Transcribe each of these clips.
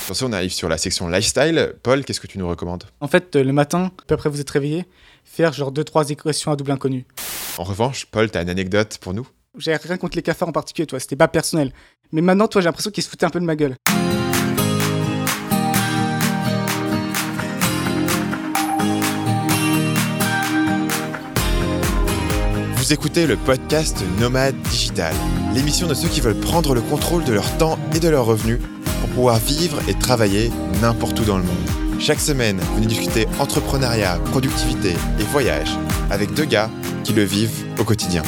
Sur ce, on arrive sur la section lifestyle. Paul, qu'est-ce que tu nous recommandes ? En fait, le matin, peu après vous êtes réveillé, faire genre 2-3 équations à double inconnu. En revanche, Paul, t'as une anecdote pour nous ? J'ai rien contre les cafards en particulier, toi, c'était pas personnel. Mais maintenant, toi, j'ai l'impression qu'ils se foutaient un peu de ma gueule. Vous écoutez le podcast Nomade Digital, l'émission de ceux qui veulent prendre le contrôle de leur temps et de leurs revenus pour pouvoir vivre et travailler n'importe où dans le monde. Chaque semaine, venez discuter entrepreneuriat, productivité et voyage avec deux gars qui le vivent au quotidien.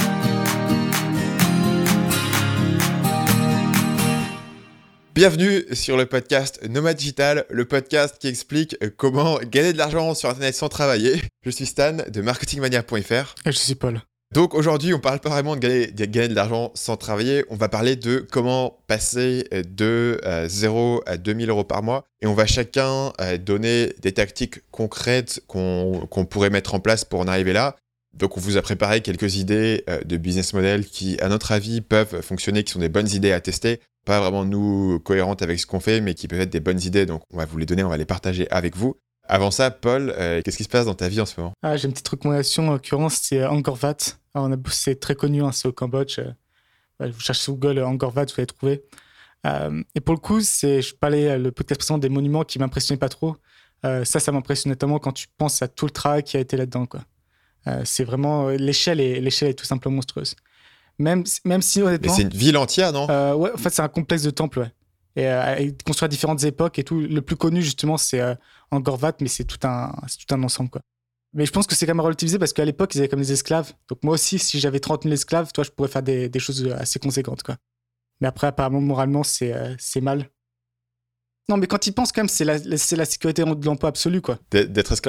Bienvenue sur le podcast Nomade Digital, le podcast qui explique comment gagner de l'argent sur Internet sans travailler. Je suis Stan de marketingmania.fr. Et je suis Paul. Donc aujourd'hui, on parle pas vraiment de gagner de l'argent sans travailler, on va parler de comment passer de 0 à 2000 euros par mois. Et on va chacun donner des tactiques concrètes qu'on pourrait mettre en place pour en arriver là. Donc on vous a préparé quelques idées de business model qui, à notre avis, peuvent fonctionner, qui sont des bonnes idées à tester. Pas vraiment nous cohérentes avec ce qu'on fait, mais qui peuvent être des bonnes idées. Donc on va vous les donner, on va les partager avec vous. Avant ça, Paul, qu'est-ce qui se passe dans ta vie en ce moment ? J'ai une petite recommandation, en l'occurrence, c'est Angkor Wat. Alors, c'est très connu, c'est au Cambodge. Vous cherchez sur Google Angkor Wat, vous allez trouver. Et pour le coup, je parlais le podcast précédent des monuments qui m'impressionnaient pas trop. Ça m'impressionne notamment quand tu penses à tout le travail qui a été là-dedans, quoi. C'est vraiment... l'échelle est tout simplement monstrueuse. Même si, honnêtement... Mais c'est une ville entière, non ? Ouais, en fait, c'est un complexe de temples, ouais. Et construit à différentes époques et tout. Le plus connu, justement, c'est Angkor Wat, mais c'est tout un ensemble, quoi. Mais je pense que c'est quand même à relativiser parce qu'à l'époque, ils avaient comme des esclaves. Donc moi aussi, si j'avais 30 000 esclaves, toi, je pourrais faire des choses assez conséquentes, quoi. Mais après, apparemment, moralement, c'est mal. Non, mais quand ils pensent, quand même, c'est la sécurité de l'emploi absolue, quoi. D'être esclave ?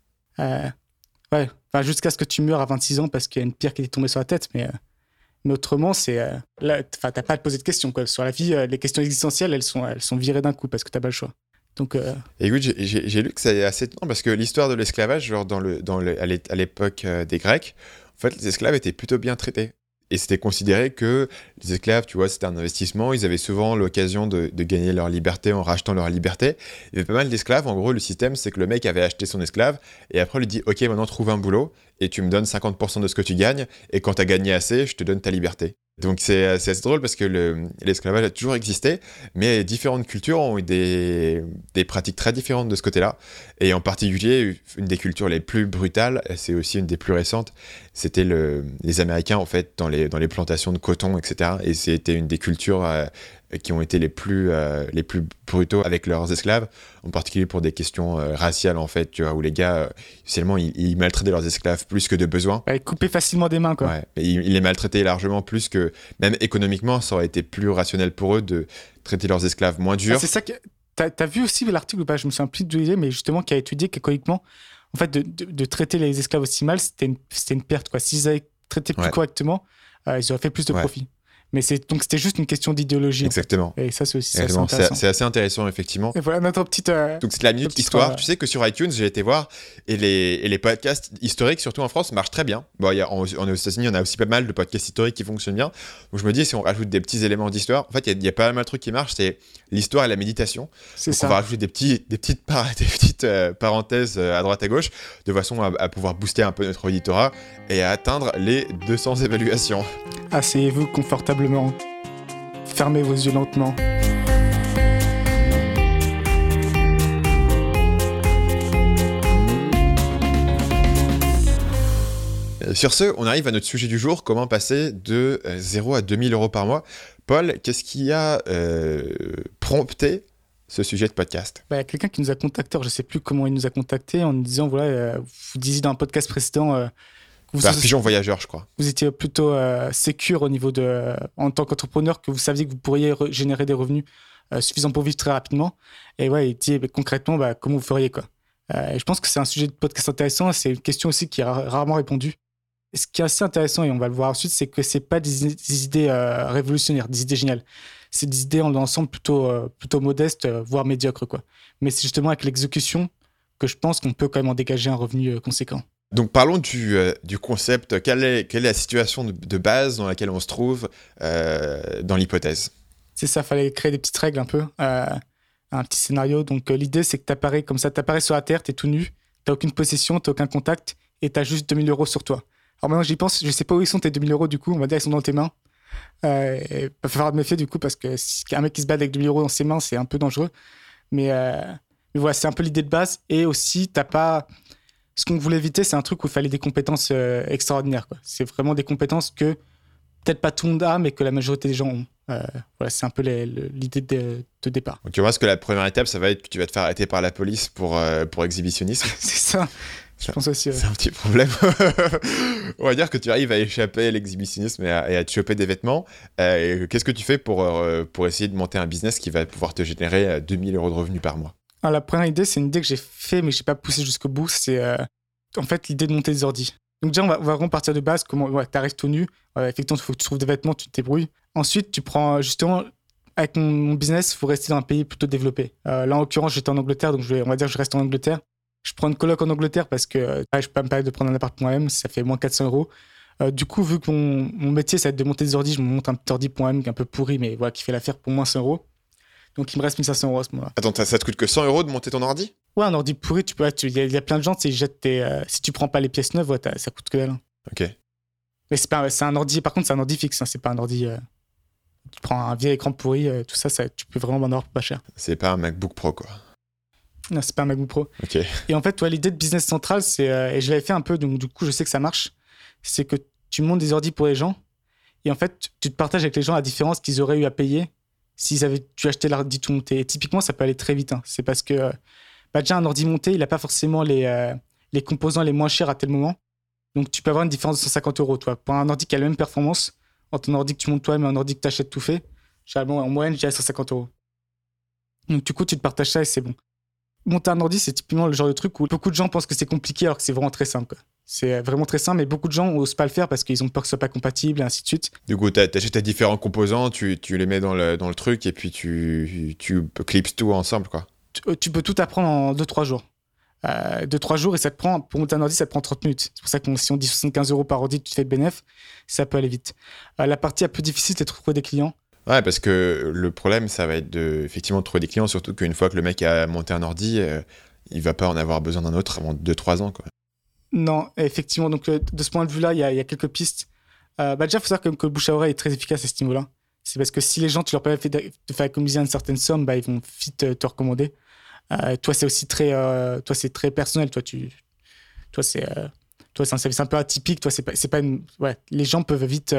Ouais. Enfin, jusqu'à ce que tu meurs à 26 ans parce qu'il y a une pierre qui t'est tombée sur la tête, mais autrement, c'est... là, t'as pas à te poser de questions, quoi. Sur la vie, les questions existentielles, elles sont virées d'un coup parce que t'as pas le choix. Donc, Écoute, j'ai lu que c'est assez étonnant parce que l'histoire de l'esclavage, genre à l'époque des Grecs, en fait, les esclaves étaient plutôt bien traités. Et c'était considéré que les esclaves, tu vois, c'était un investissement. Ils avaient souvent l'occasion de gagner leur liberté en rachetant leur liberté. Il y avait pas mal d'esclaves. En gros, le système, c'est que le mec avait acheté son esclave et après, on lui dit « Ok, maintenant, trouve un boulot et tu me donnes 50% de ce que tu gagnes et quand tu as gagné assez, je te donne ta liberté. » Donc, c'est assez drôle parce que l'esclavage a toujours existé, mais différentes cultures ont eu des pratiques très différentes de ce côté-là. Et en particulier, une des cultures les plus brutales, c'est aussi une des plus récentes, c'était les Américains, en fait, dans les plantations de coton, etc. Et c'était une des cultures qui ont été les plus brutaux avec leurs esclaves, en particulier pour des questions raciales, en fait, tu vois, où les gars, seulement, ils maltraitaient leurs esclaves plus que de besoin. ils coupaient facilement des mains, quoi. Ouais, ils les maltraitaient largement plus que... Même économiquement, ça aurait été plus rationnel pour eux de traiter leurs esclaves moins durs. C'est ça que... T'as vu aussi l'article ou pas ? Je me souviens plus de l'idée, mais justement, qui a étudié qu'économiquement, en fait, de traiter les esclaves aussi mal, c'était une perte, quoi. S'ils avaient traité plus correctement, ils auraient fait plus de profit. Mais donc c'était juste une question d'idéologie. Exactement. En fait. Et ça, c'est aussi assez intéressant. C'est assez intéressant, effectivement. Et voilà notre petite... Donc c'est la minute histoire. Tu sais que sur iTunes, j'ai été voir, et les podcasts historiques, surtout en France, marchent très bien. Bon, aux États-Unis, on a aussi pas mal de podcasts historiques qui fonctionnent bien. Donc je me dis, si on rajoute des petits éléments d'histoire, en fait, il y a pas mal de trucs qui marchent, c'est l'histoire et la méditation. C'est donc ça. On va rajouter des petites parenthèses à droite à gauche, de façon à pouvoir booster un peu notre auditorat et à atteindre les 200 évaluations. Asseyez-vous confortablement. Fermez vos yeux lentement. Sur ce, on arrive à notre sujet du jour, comment passer de 0 à 2000 euros par mois. Paul, qu'est-ce qui a prompté ce sujet de podcast ? Il y a quelqu'un qui nous a contacté, je ne sais plus comment il nous a contacté, en nous disant, voilà, vous disiez dans un podcast précédent... Pigeon Voyageur, je crois. Vous étiez plutôt sécure au niveau en tant qu'entrepreneur, que vous saviez que vous pourriez générer des revenus suffisants pour vivre très rapidement. Et ouais, il dit concrètement, comment vous feriez, quoi. Et je pense que c'est un sujet de podcast intéressant. C'est une question aussi qui est rarement répondue. Et ce qui est assez intéressant, et on va le voir ensuite, c'est que c'est pas des idées révolutionnaires, des idées géniales. C'est des idées en ensemble plutôt modestes, voire médiocres, quoi. Mais c'est justement avec l'exécution que je pense qu'on peut quand même en dégager un revenu conséquent. Donc parlons du concept. Quelle est la situation de base dans laquelle on se trouve dans l'hypothèse ? C'est ça, fallait créer des petites règles un peu. un petit scénario. Donc, l'idée, c'est que t'apparais comme ça, t'apparais sur la terre, t'es tout nu, t'as aucune possession, t'as aucun contact, et t'as juste 2000 euros sur toi. Alors maintenant, j'y pense, je sais pas où ils sont tes 2000 euros, du coup, on va dire, ils sont dans tes mains. Il va falloir te méfier, du coup, parce que si un mec qui se bat avec 2000 euros dans ses mains, c'est un peu dangereux. Mais voilà, c'est un peu l'idée de base. Et aussi, t'as pas. Ce qu'on voulait éviter, c'est un truc où il fallait des compétences extraordinaires, quoi. C'est vraiment des compétences que peut-être pas tout le monde a, mais que la majorité des gens ont. Voilà, c'est un peu l'idée de départ. Donc, tu vois, ce que la première étape, ça va être que tu vas te faire arrêter par la police pour exhibitionnisme. C'est ça, je pense aussi. C'est un petit problème. On va dire que tu arrives à échapper à l'exhibitionnisme et à te choper des vêtements. Qu'est-ce que tu fais pour essayer de monter un business qui va pouvoir te générer 2000 euros de revenus par mois? Alors, la première idée, c'est une idée que j'ai fait, mais je n'ai pas poussé jusqu'au bout. C'est en fait l'idée de monter des ordis. Donc déjà, on va vraiment partir de base. Comment tu arrives tout nu. Effectivement, il faut que tu trouves des vêtements, tu te débrouilles. Ensuite, tu prends justement, avec mon business, il faut rester dans un pays plutôt développé. Là, en l'occurrence, j'étais en Angleterre, donc on va dire que je reste en Angleterre. Je prends une coloc en Angleterre parce que je peux pas me permettre de prendre un appart pour moi-même, ça fait moins 400 euros. Du coup, vu que mon métier, ça va être de monter des ordis, je me monte un petit ordi pour moi-même qui est un peu pourri, mais voilà, qui fait l'affaire pour moins 100 euros. Donc, il me reste 1500 euros à ce moment-là. Attends, ça te coûte que 100 euros de monter ton ordi? Ouais, un ordi pourri, il y a plein de gens, ils jettent si tu prends pas les pièces neuves, ouais, ça coûte que dalle. Ok. Mais c'est un ordi, par contre, c'est un ordi fixe, hein, c'est pas un ordi. Tu prends un vieil écran pourri, tout ça, tu peux vraiment en avoir pour pas cher. C'est pas un MacBook Pro, quoi. Non, c'est pas un MacBook Pro. Ok. Et en fait, l'idée de business central, et je l'avais fait un peu, donc du coup, je sais que ça marche, c'est que tu montes des ordis pour les gens, et en fait, tu te partages avec les gens la différence qu'ils auraient eu à payer s'ils avaient dû acheter l'ordi tout monté. Et typiquement, ça peut aller très vite. Hein. C'est parce que déjà, un ordi monté, il n'a pas forcément les composants les moins chers à tel moment. Donc, tu peux avoir une différence de 150 euros, toi. Pour un ordi qui a la même performance, entre un ordi que tu montes toi-même et un ordi que tu achètes tout fait, généralement, en moyenne, j'ai 150 euros. Donc, du coup, tu te partages ça et c'est bon. Monter un ordi, c'est typiquement le genre de truc où beaucoup de gens pensent que c'est compliqué alors que c'est vraiment très simple, quoi. C'est vraiment très simple, mais beaucoup de gens n'osent pas le faire parce qu'ils ont peur que ce soit pas compatible et ainsi de suite. Du coup, t'achètes tes différents composants, tu les mets dans le truc et puis tu clips tout ensemble, quoi. Tu peux tout apprendre en 2-3 jours. 2-3 jours et ça te prend, pour monter un ordi, ça te prend 30 minutes. C'est pour ça que si on dit 75 euros par ordi, tu te fais bénéf, ça peut aller vite. La partie un peu difficile, c'est de trouver des clients. Ouais, parce que le problème, ça va être effectivement de trouver des clients, surtout qu'une fois que le mec a monté un ordi, il va pas en avoir besoin d'un autre avant 2-3 ans, quoi. Non, effectivement. Donc, de ce point de vue-là, il y a quelques pistes. Déjà, il faut savoir que le bouche à oreille est très efficace à ce niveau-là. C'est parce que si les gens, tu leur permets de faire économiser une certaine somme, ils vont vite te recommander. Toi, c'est aussi très personnel. Toi, c'est un service un peu atypique. Toi, c'est pas une. Ouais, les gens peuvent vite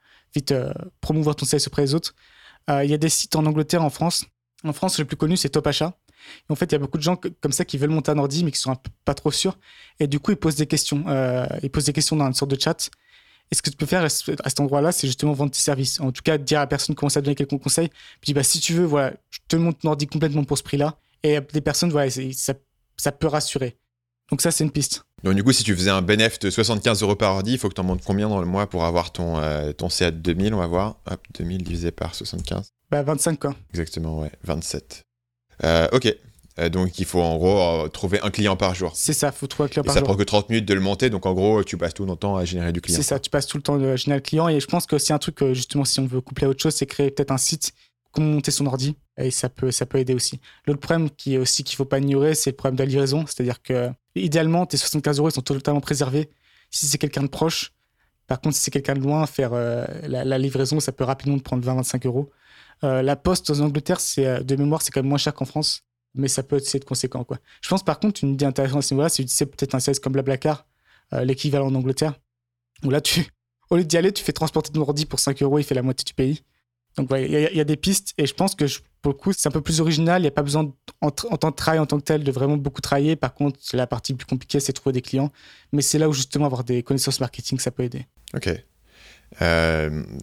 promouvoir ton service auprès des autres. Il y a des sites en Angleterre, en France. En France, le plus connu, c'est Top Achat. Et en fait, il y a beaucoup de gens comme ça qui veulent monter un ordi, mais qui sont pas trop sûrs. Et du coup, ils posent des questions. Ils posent des questions dans une sorte de chat. Et ce que tu peux faire à cet endroit-là, c'est justement vendre tes services. En tout cas, dire à la personne comment ça donner quelques conseils. Puis, si tu veux, voilà, je te monte ton ordi complètement pour ce prix-là. Et des personnes, voilà, ça peut rassurer. Donc ça, c'est une piste. Donc du coup, si tu faisais un bénéf de 75 euros par ordi, il faut que tu en montes combien dans le mois pour avoir ton CA 2000, on va voir. Hop, 2000 divisé par 75. 25, quoi. Exactement, ouais, 27. Ok. Donc il faut en gros trouver un client par jour. C'est ça, il faut trouver un client par jour. jour. Ça prend que 30 minutes de le monter, donc en gros, tu passes tout ton temps à générer du client. C'est ça, tu passes tout le temps à générer le client. Et je pense que c'est un truc, justement, si on veut coupler à autre chose, c'est créer peut-être un site, comment monter son ordi. Et ça peut aider aussi. L'autre problème qu'il ne faut pas ignorer, c'est le problème de la livraison. C'est-à-dire que, idéalement, tes 75 euros, ils sont totalement préservés. Si c'est quelqu'un de proche, par contre, si c'est quelqu'un de loin, faire la livraison, ça peut rapidement te prendre 20-25 euros. La poste en Angleterre, de mémoire, c'est quand même moins cher qu'en France. Mais ça peut être conséquent, quoi. Je pense par contre, une idée intéressante à ce niveau-là, c'est d'utiliser peut-être un service comme Blablacar, l'équivalent en Angleterre, où là, au lieu d'y aller, tu fais transporter ton ordi pour 5 euros, il fait la moitié du pays. Donc, il y a des pistes, et je pense que pour le coup, c'est un peu plus original. Il n'y a pas besoin, en tant que travail, en tant que tel, de vraiment beaucoup travailler. Par contre, la partie plus compliquée, c'est de trouver des clients. Mais c'est là où, justement, avoir des connaissances marketing, ça peut aider. Ok. T'as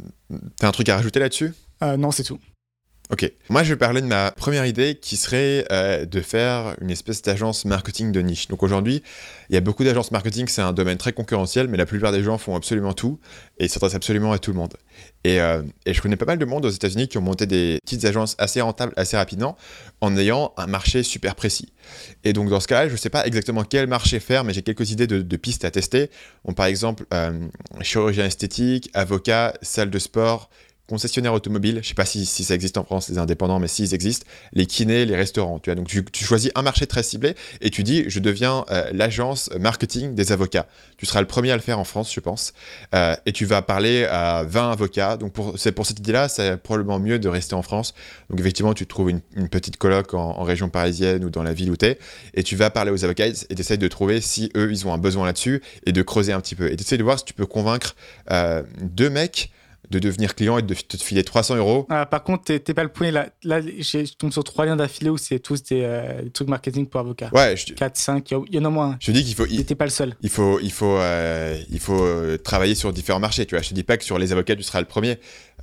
un truc à rajouter là-dessus ? Non, c'est tout. Ok, moi je vais parler de ma première idée qui serait de faire une espèce d'agence marketing de niche. Donc aujourd'hui, il y a beaucoup d'agences marketing, c'est un domaine très concurrentiel, mais la plupart des gens font absolument tout et s'adressent absolument à tout le monde. Et je connais pas mal de monde aux États-Unis qui ont monté des petites agences assez rentables assez rapidement en ayant un marché super précis. Et donc dans ce cas-là, je ne sais pas exactement quel marché faire, mais j'ai quelques idées de pistes à tester. Donc, par exemple, chirurgien esthétique, avocat, salle de sport, concessionnaires automobiles, je sais pas si ça existe en France, les indépendants, mais s'ils existent, les kinés, les restaurants, tu vois. Donc tu choisis un marché très ciblé et tu dis, je deviens l'agence marketing des avocats. Tu seras le premier à le faire en France, je pense. Et tu vas parler à 20 avocats. Donc pour cette idée-là, c'est probablement mieux de rester en France. Donc effectivement, tu trouves une petite coloc en région parisienne ou dans la ville où t'es, et tu vas parler aux avocats et t'essayes de trouver si eux, ils ont un besoin là-dessus et de creuser un petit peu. Et t'essayes de voir si tu peux convaincre 2 mecs de devenir client et de te filer 300 euros. Par contre, t'es pas le premier. Là je tombe sur 3 liens d'affilée où c'est tous des trucs marketing pour avocats. Ouais, 4, 5, il y en a moins. Je te dis qu'il faut. T'es pas le seul. Il faut travailler sur différents marchés. Tu vois, je te dis pas que sur les avocats, tu seras le premier.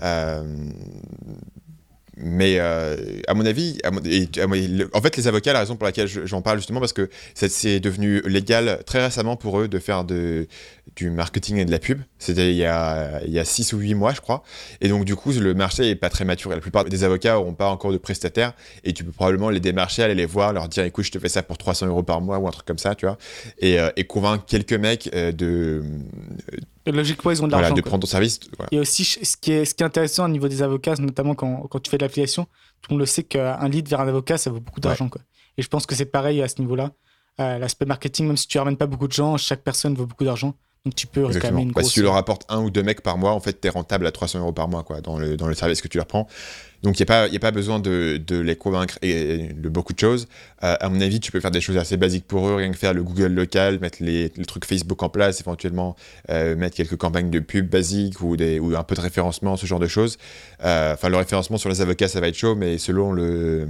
Mais à mon avis, en fait, les avocats, la raison pour laquelle j'en parle justement, parce que c'est devenu légal très récemment pour eux de faire du marketing et de la pub. C'était il y a 6 ou 8 mois, je crois. Et donc, du coup, le marché n'est pas très mature. La plupart des avocats n'auront pas encore de prestataires et tu peux probablement les démarcher, aller les voir, leur dire écoute, je te fais ça pour 300 euros par mois ou un truc comme ça, tu vois. Et convaincre quelques mecs logiquement, ils ont de l'argent. Voilà, de prendre ton service. Voilà. Et aussi, ce qui est intéressant au niveau des avocats, notamment quand tu fais de l'affiliation, tout le monde le sait qu'un lead vers un avocat, ça vaut beaucoup d'argent. Quoi. Et je pense que c'est pareil à ce niveau-là. L'aspect marketing, même si tu ramènes pas beaucoup de gens, chaque personne vaut beaucoup d'argent. Donc tu peux réclamer une grosse... Si tu leur apportes 1 ou 2 mecs par mois, en fait, tu es rentable à 300 euros par mois quoi, dans le service que tu leur prends. Donc, il n'y a pas besoin de les convaincre et de beaucoup de choses. À mon avis, tu peux faire des choses assez basiques pour eux, rien que faire le Google local, mettre les trucs Facebook en place, éventuellement mettre quelques campagnes de pub basiques ou un peu de référencement, ce genre de choses. Enfin, le référencement sur les avocats, ça va être chaud, mais selon le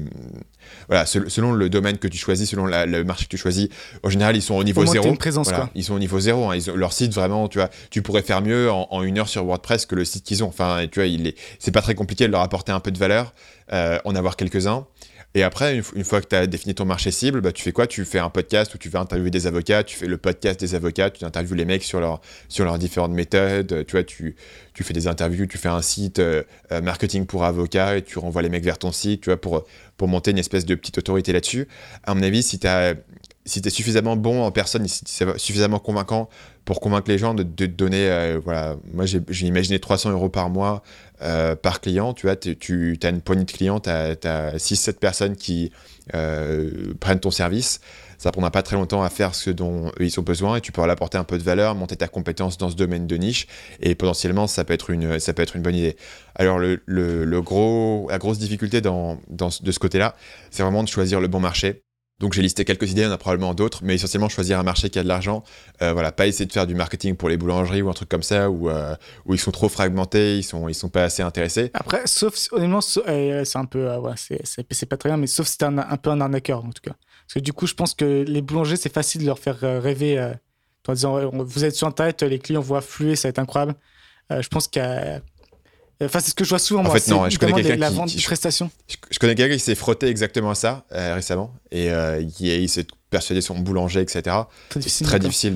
domaine que tu choisis, selon le marché que tu choisis, en général, ils sont au niveau 0. Une présence, quoi. Ils sont au niveau 0. Hein. Leur site, vraiment, tu vois, tu pourrais faire mieux en 1 heure sur WordPress que le site qu'ils ont. Enfin, tu vois, c'est pas très compliqué de leur apporter un peu de valeur, en avoir quelques-uns. Et après, une fois que tu as défini ton marché cible, bah, tu fais quoi? Tu fais un podcast où tu vas interviewer des avocats, tu fais le podcast des avocats, tu interviews les mecs sur leurs différentes méthodes, tu vois, tu fais des interviews, tu fais un site marketing pour avocats et tu renvoies les mecs vers ton site, tu vois, pour monter une espèce de petite autorité là-dessus. À mon avis, si t'es suffisamment bon en personne, si c'est suffisamment convaincant pour convaincre les gens de te donner, voilà, moi j'ai imaginé 300 euros par mois par client, tu vois, tu as une poignée de clients, tu as 6-7 personnes qui prennent ton service, ça prendra pas très longtemps à faire ce dont eux ils ont besoin et tu pourras leur apporter un peu de valeur, monter ta compétence dans ce domaine de niche et potentiellement ça peut être une bonne idée. Alors la grosse difficulté de ce côté-là, c'est vraiment de choisir le bon marché. Donc j'ai listé quelques idées, il y en a probablement d'autres, mais essentiellement choisir un marché qui a de l'argent, voilà, pas essayer de faire du marketing pour les boulangeries ou un truc comme ça, où ils sont trop fragmentés, ils sont pas assez intéressés. Après, honnêtement, c'est un peu, c'est pas très bien, mais sauf si t'es un peu un arnaqueur en tout cas. Parce que du coup, je pense que les boulangers, c'est facile de leur faire rêver en disant vous êtes sur Internet, les clients vont affluer, ça va être incroyable. Je pense qu'il y a... Enfin, c'est ce que je vois souvent, en moi. fait, non, je connais quelqu'un la vente de prestations. Je connais quelqu'un qui s'est frotté exactement à ça récemment et il s'est persuadé son boulanger, etc. C'est très difficile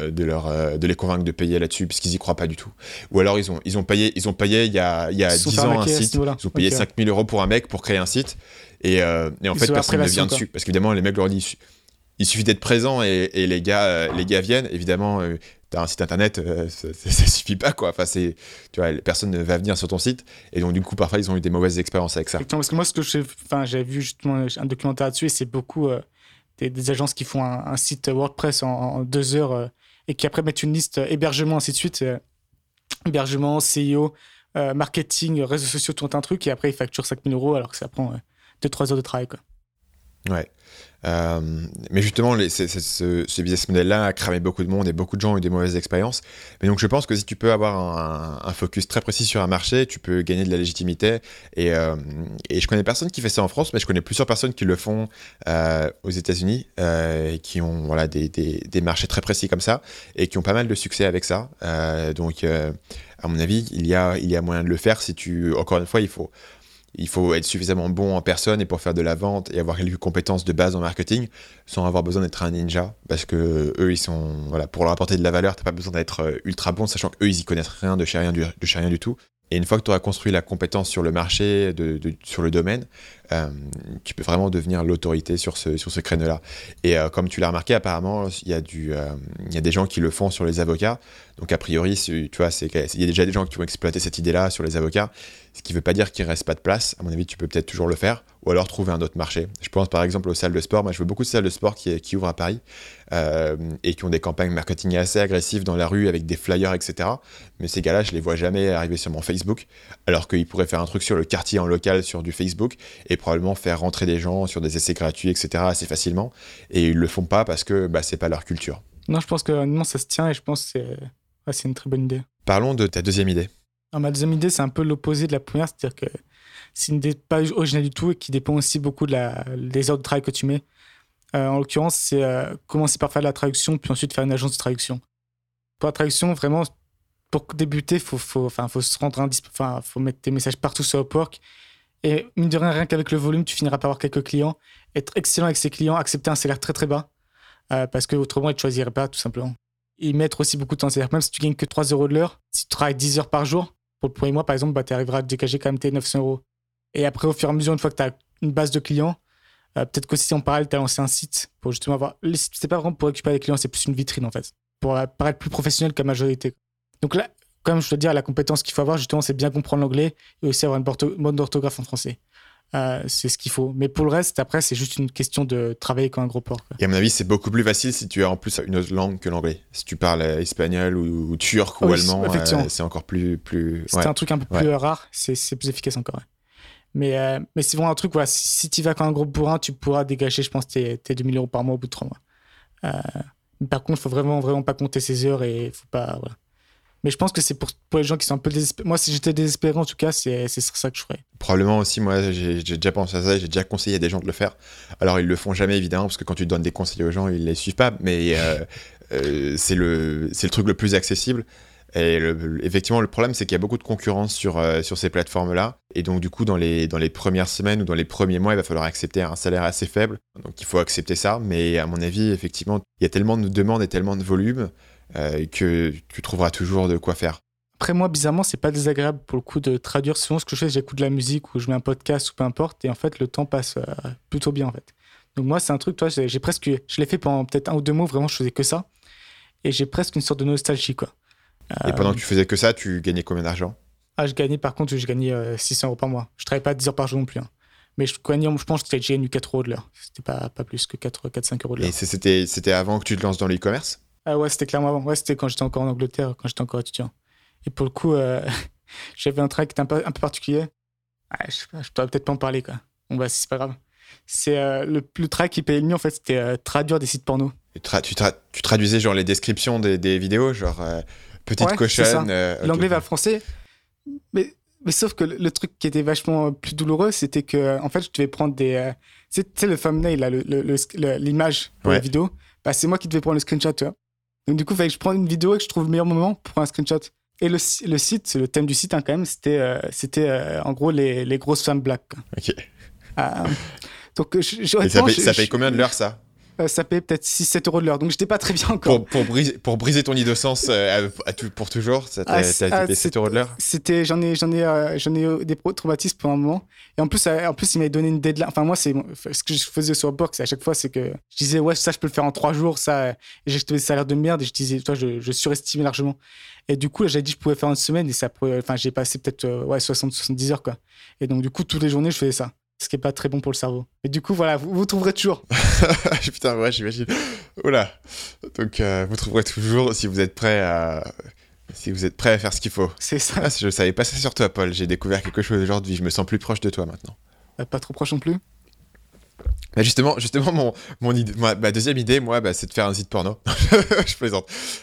de les convaincre de payer là-dessus puisqu'ils y croient pas du tout. Ou alors ils ont payé il y a 10 ans un site, ils ont payé 5 000 euros pour un mec pour créer un site et en fait personne ne vient dessus parce qu'évidemment les mecs leur disent il suffit d'être présent et les gars viennent. Évidemment, t'as un site internet, ça suffit pas quoi. Enfin, tu vois, personne ne va venir sur ton site et donc du coup parfois ils ont eu des mauvaises expériences avec ça. Parce que moi, j'avais vu justement un documentaire là-dessus et c'est beaucoup des agences qui font un site WordPress en 2 heures et qui après mettent une liste hébergement ainsi de suite, hébergement, SEO, marketing, réseaux sociaux, tout un truc et après ils facturent 5 000 euros alors que ça prend 2-3 heures de travail quoi. Ouais. Mais justement, ce business model-là a cramé beaucoup de monde et beaucoup de gens ont eu des mauvaises expériences. Mais donc, je pense que si tu peux avoir un focus très précis sur un marché, tu peux gagner de la légitimité. Et je connais personne qui fait ça en France, mais je connais plusieurs personnes qui le font aux États-Unis, qui ont voilà, des marchés très précis comme ça et qui ont pas mal de succès avec ça. Donc, à mon avis, il y a moyen de le faire. Encore une fois, il faut être suffisamment bon en personne et pour faire de la vente et avoir quelques compétences de base en marketing sans avoir besoin d'être un ninja parce que eux ils sont voilà pour leur apporter de la valeur t'as pas besoin d'être ultra bon sachant qu'eux ils y connaissent rien de chez rien du tout et une fois que tu auras construit la compétence sur le marché sur le domaine tu peux vraiment devenir l'autorité sur ce créneau-là. Et comme tu l'as remarqué, apparemment, il y a des gens qui le font sur les avocats. Donc, a priori, tu vois, il y a déjà des gens qui vont exploiter cette idée-là sur les avocats, ce qui ne veut pas dire qu'il ne reste pas de place. À mon avis, tu peux peut-être toujours le faire, ou alors trouver un autre marché. Je pense par exemple aux salles de sport. Moi, je vois beaucoup de salles de sport qui ouvrent à Paris et qui ont des campagnes marketing assez agressives dans la rue avec des flyers, etc. Mais ces gars-là, je les vois jamais arriver sur mon Facebook, alors qu'ils pourraient faire un truc sur le quartier en local sur du Facebook et probablement faire rentrer des gens sur des essais gratuits, etc. assez facilement. Et ils le font pas parce que c'est pas leur culture. Non, je pense que honnêtement, ça se tient et je pense que c'est une très bonne idée. Parlons de ta deuxième idée. Alors, ma deuxième idée, c'est un peu l'opposé de la première, c'est-à-dire que c'est une idée pas originale du tout et qui dépend aussi beaucoup des heures de travail que tu mets. En l'occurrence, c'est commencer par faire de la traduction, puis ensuite faire une agence de traduction. Pour la traduction, vraiment, pour débuter, il faut se rendre faut mettre tes messages partout sur Upwork. Et mine de rien qu'avec le volume, tu finiras par avoir quelques clients, être excellent avec ces clients, accepter un salaire très très bas, parce qu'autrement, ils ne te choisiraient pas, tout simplement. Et mettre aussi beaucoup de temps. C'est-à-dire que même si tu gagnes que 3 € de l'heure, si tu travailles 10 heures par jour, pour le premier mois, par exemple, tu arriveras à dégager quand même tes 900 €. Et après, au fur et à mesure, une fois que tu as une base de clients, peut-être qu'aussi en parallèle, tu as lancé un site pour justement avoir. C'est pas vraiment pour récupérer les clients, c'est plus une vitrine en fait, pour paraître plus professionnel qu'à majorité. Donc là, comme je dois dire, la compétence qu'il faut avoir, justement, c'est bien comprendre l'anglais et aussi avoir une bonne d'orthographe en français. C'est ce qu'il faut. Mais pour le reste, après, c'est juste une question de travailler comme un gros porc. Et à mon avis, c'est beaucoup plus facile si tu as en plus une autre langue que l'anglais. Si tu parles espagnol ou turc ou allemand, c'est encore plus... C'est un truc un peu plus rare, c'est plus efficace encore. Ouais. Mais c'est vraiment un truc, voilà, si tu vas comme un gros bourrin, tu pourras dégager, je pense, tes 2000 € par mois au bout de 3 mois. Par contre, il faut vraiment, vraiment pas compter ses heures et faut pas... Voilà. Mais je pense que c'est pour les gens qui sont un peu désespérés. Moi, si j'étais désespéré, en tout cas, c'est ça que je ferais. Probablement aussi, moi, j'ai déjà pensé à ça, j'ai déjà conseillé à des gens de le faire. Alors, ils le font jamais, évidemment, parce que quand tu donnes des conseils aux gens, ils les suivent pas. Mais c'est le truc le plus accessible. Et effectivement, le problème, c'est qu'il y a beaucoup de concurrence sur ces plateformes-là. Et donc, du coup, dans les premières semaines ou dans les premiers mois, il va falloir accepter un salaire assez faible. Donc, il faut accepter ça. Mais à mon avis, effectivement, il y a tellement de demandes et tellement de volume que tu trouveras toujours de quoi faire. Après, moi, bizarrement, c'est pas désagréable pour le coup de traduire. Souvent, ce que je fais, j'écoute de la musique ou je mets un podcast ou peu importe. Et en fait, le temps passe plutôt bien, en fait. Donc, moi, c'est un truc, toi, je l'ai fait pendant peut-être 1 ou 2 mois, vraiment, je faisais que ça. Et j'ai presque une sorte de nostalgie, quoi. Et pendant que tu faisais que ça, tu gagnais combien d'argent ? Je gagnais 600 € par mois. Je travaillais pas 10 heures par jour non plus. Hein. Mais je pense que j'ai gagné 4 € de l'heure. C'était pas plus que 4-5 € de l'heure. Et c'était avant que tu te lances dans l'e-commerce ? Ouais, c'était clairement avant. Ouais, c'était quand j'étais encore en Angleterre, quand j'étais encore étudiant. Et pour le coup, j'avais un travail qui était un peu particulier. Je sais pas, je pourrais peut-être pas en parler, quoi. Bon, c'est pas grave. C'est le travail qui payait le mieux, en fait, c'était traduire des sites porno. Et tu traduisais genre les descriptions des vidéos, genre petite cochonne. L'anglais va français. Mais sauf que le truc qui était vachement plus douloureux, c'était que, en fait, je devais prendre des. Tu sais, le thumbnail, là, l'image pour la vidéo, c'est moi qui devais prendre le screenshot, tu vois. Donc, du coup, il fallait que je prenne une vidéo et que je trouve le meilleur moment pour prendre un screenshot. Et le site, le thème du site, hein, quand même, c'était en gros les grosses femmes black. Quoi. Ok. Donc, ça paye combien de l'heure, ça ? Ça payait peut-être 6-7 € de l'heure, donc j'étais pas très bien encore. Pour briser ton innocence pour toujours, ça t'a payé 7 € de l'heure ? J'en ai des traumatismes pour un moment. Et en plus, il m'avait donné une deadline. Enfin, moi, ce que je faisais sur Upwork, c'est à chaque fois, c'est que je disais, ouais, ça, je peux le faire en 3 jours, ça. Et j'ai trouvé des salaires de merde, et je disais, toi, je surestimais largement. Et du coup, là, j'avais dit que je pouvais faire une semaine, et j'ai passé peut-être 60-70 heures, quoi. Et donc, du coup, toutes les journées, je faisais ça. Ce qui est pas très bon pour le cerveau. Et du coup, voilà, vous trouverez toujours. Putain, ouais, j'imagine. Oula. Donc, vous trouverez toujours si vous êtes prêt à faire ce qu'il faut. C'est ça. Je savais pas ça sur toi, Paul. J'ai découvert quelque chose aujourd'hui. Je me sens plus proche de toi maintenant. Pas trop proche non plus. Bah justement, ma deuxième idée, moi, c'est de faire un site porno. Je plaisante.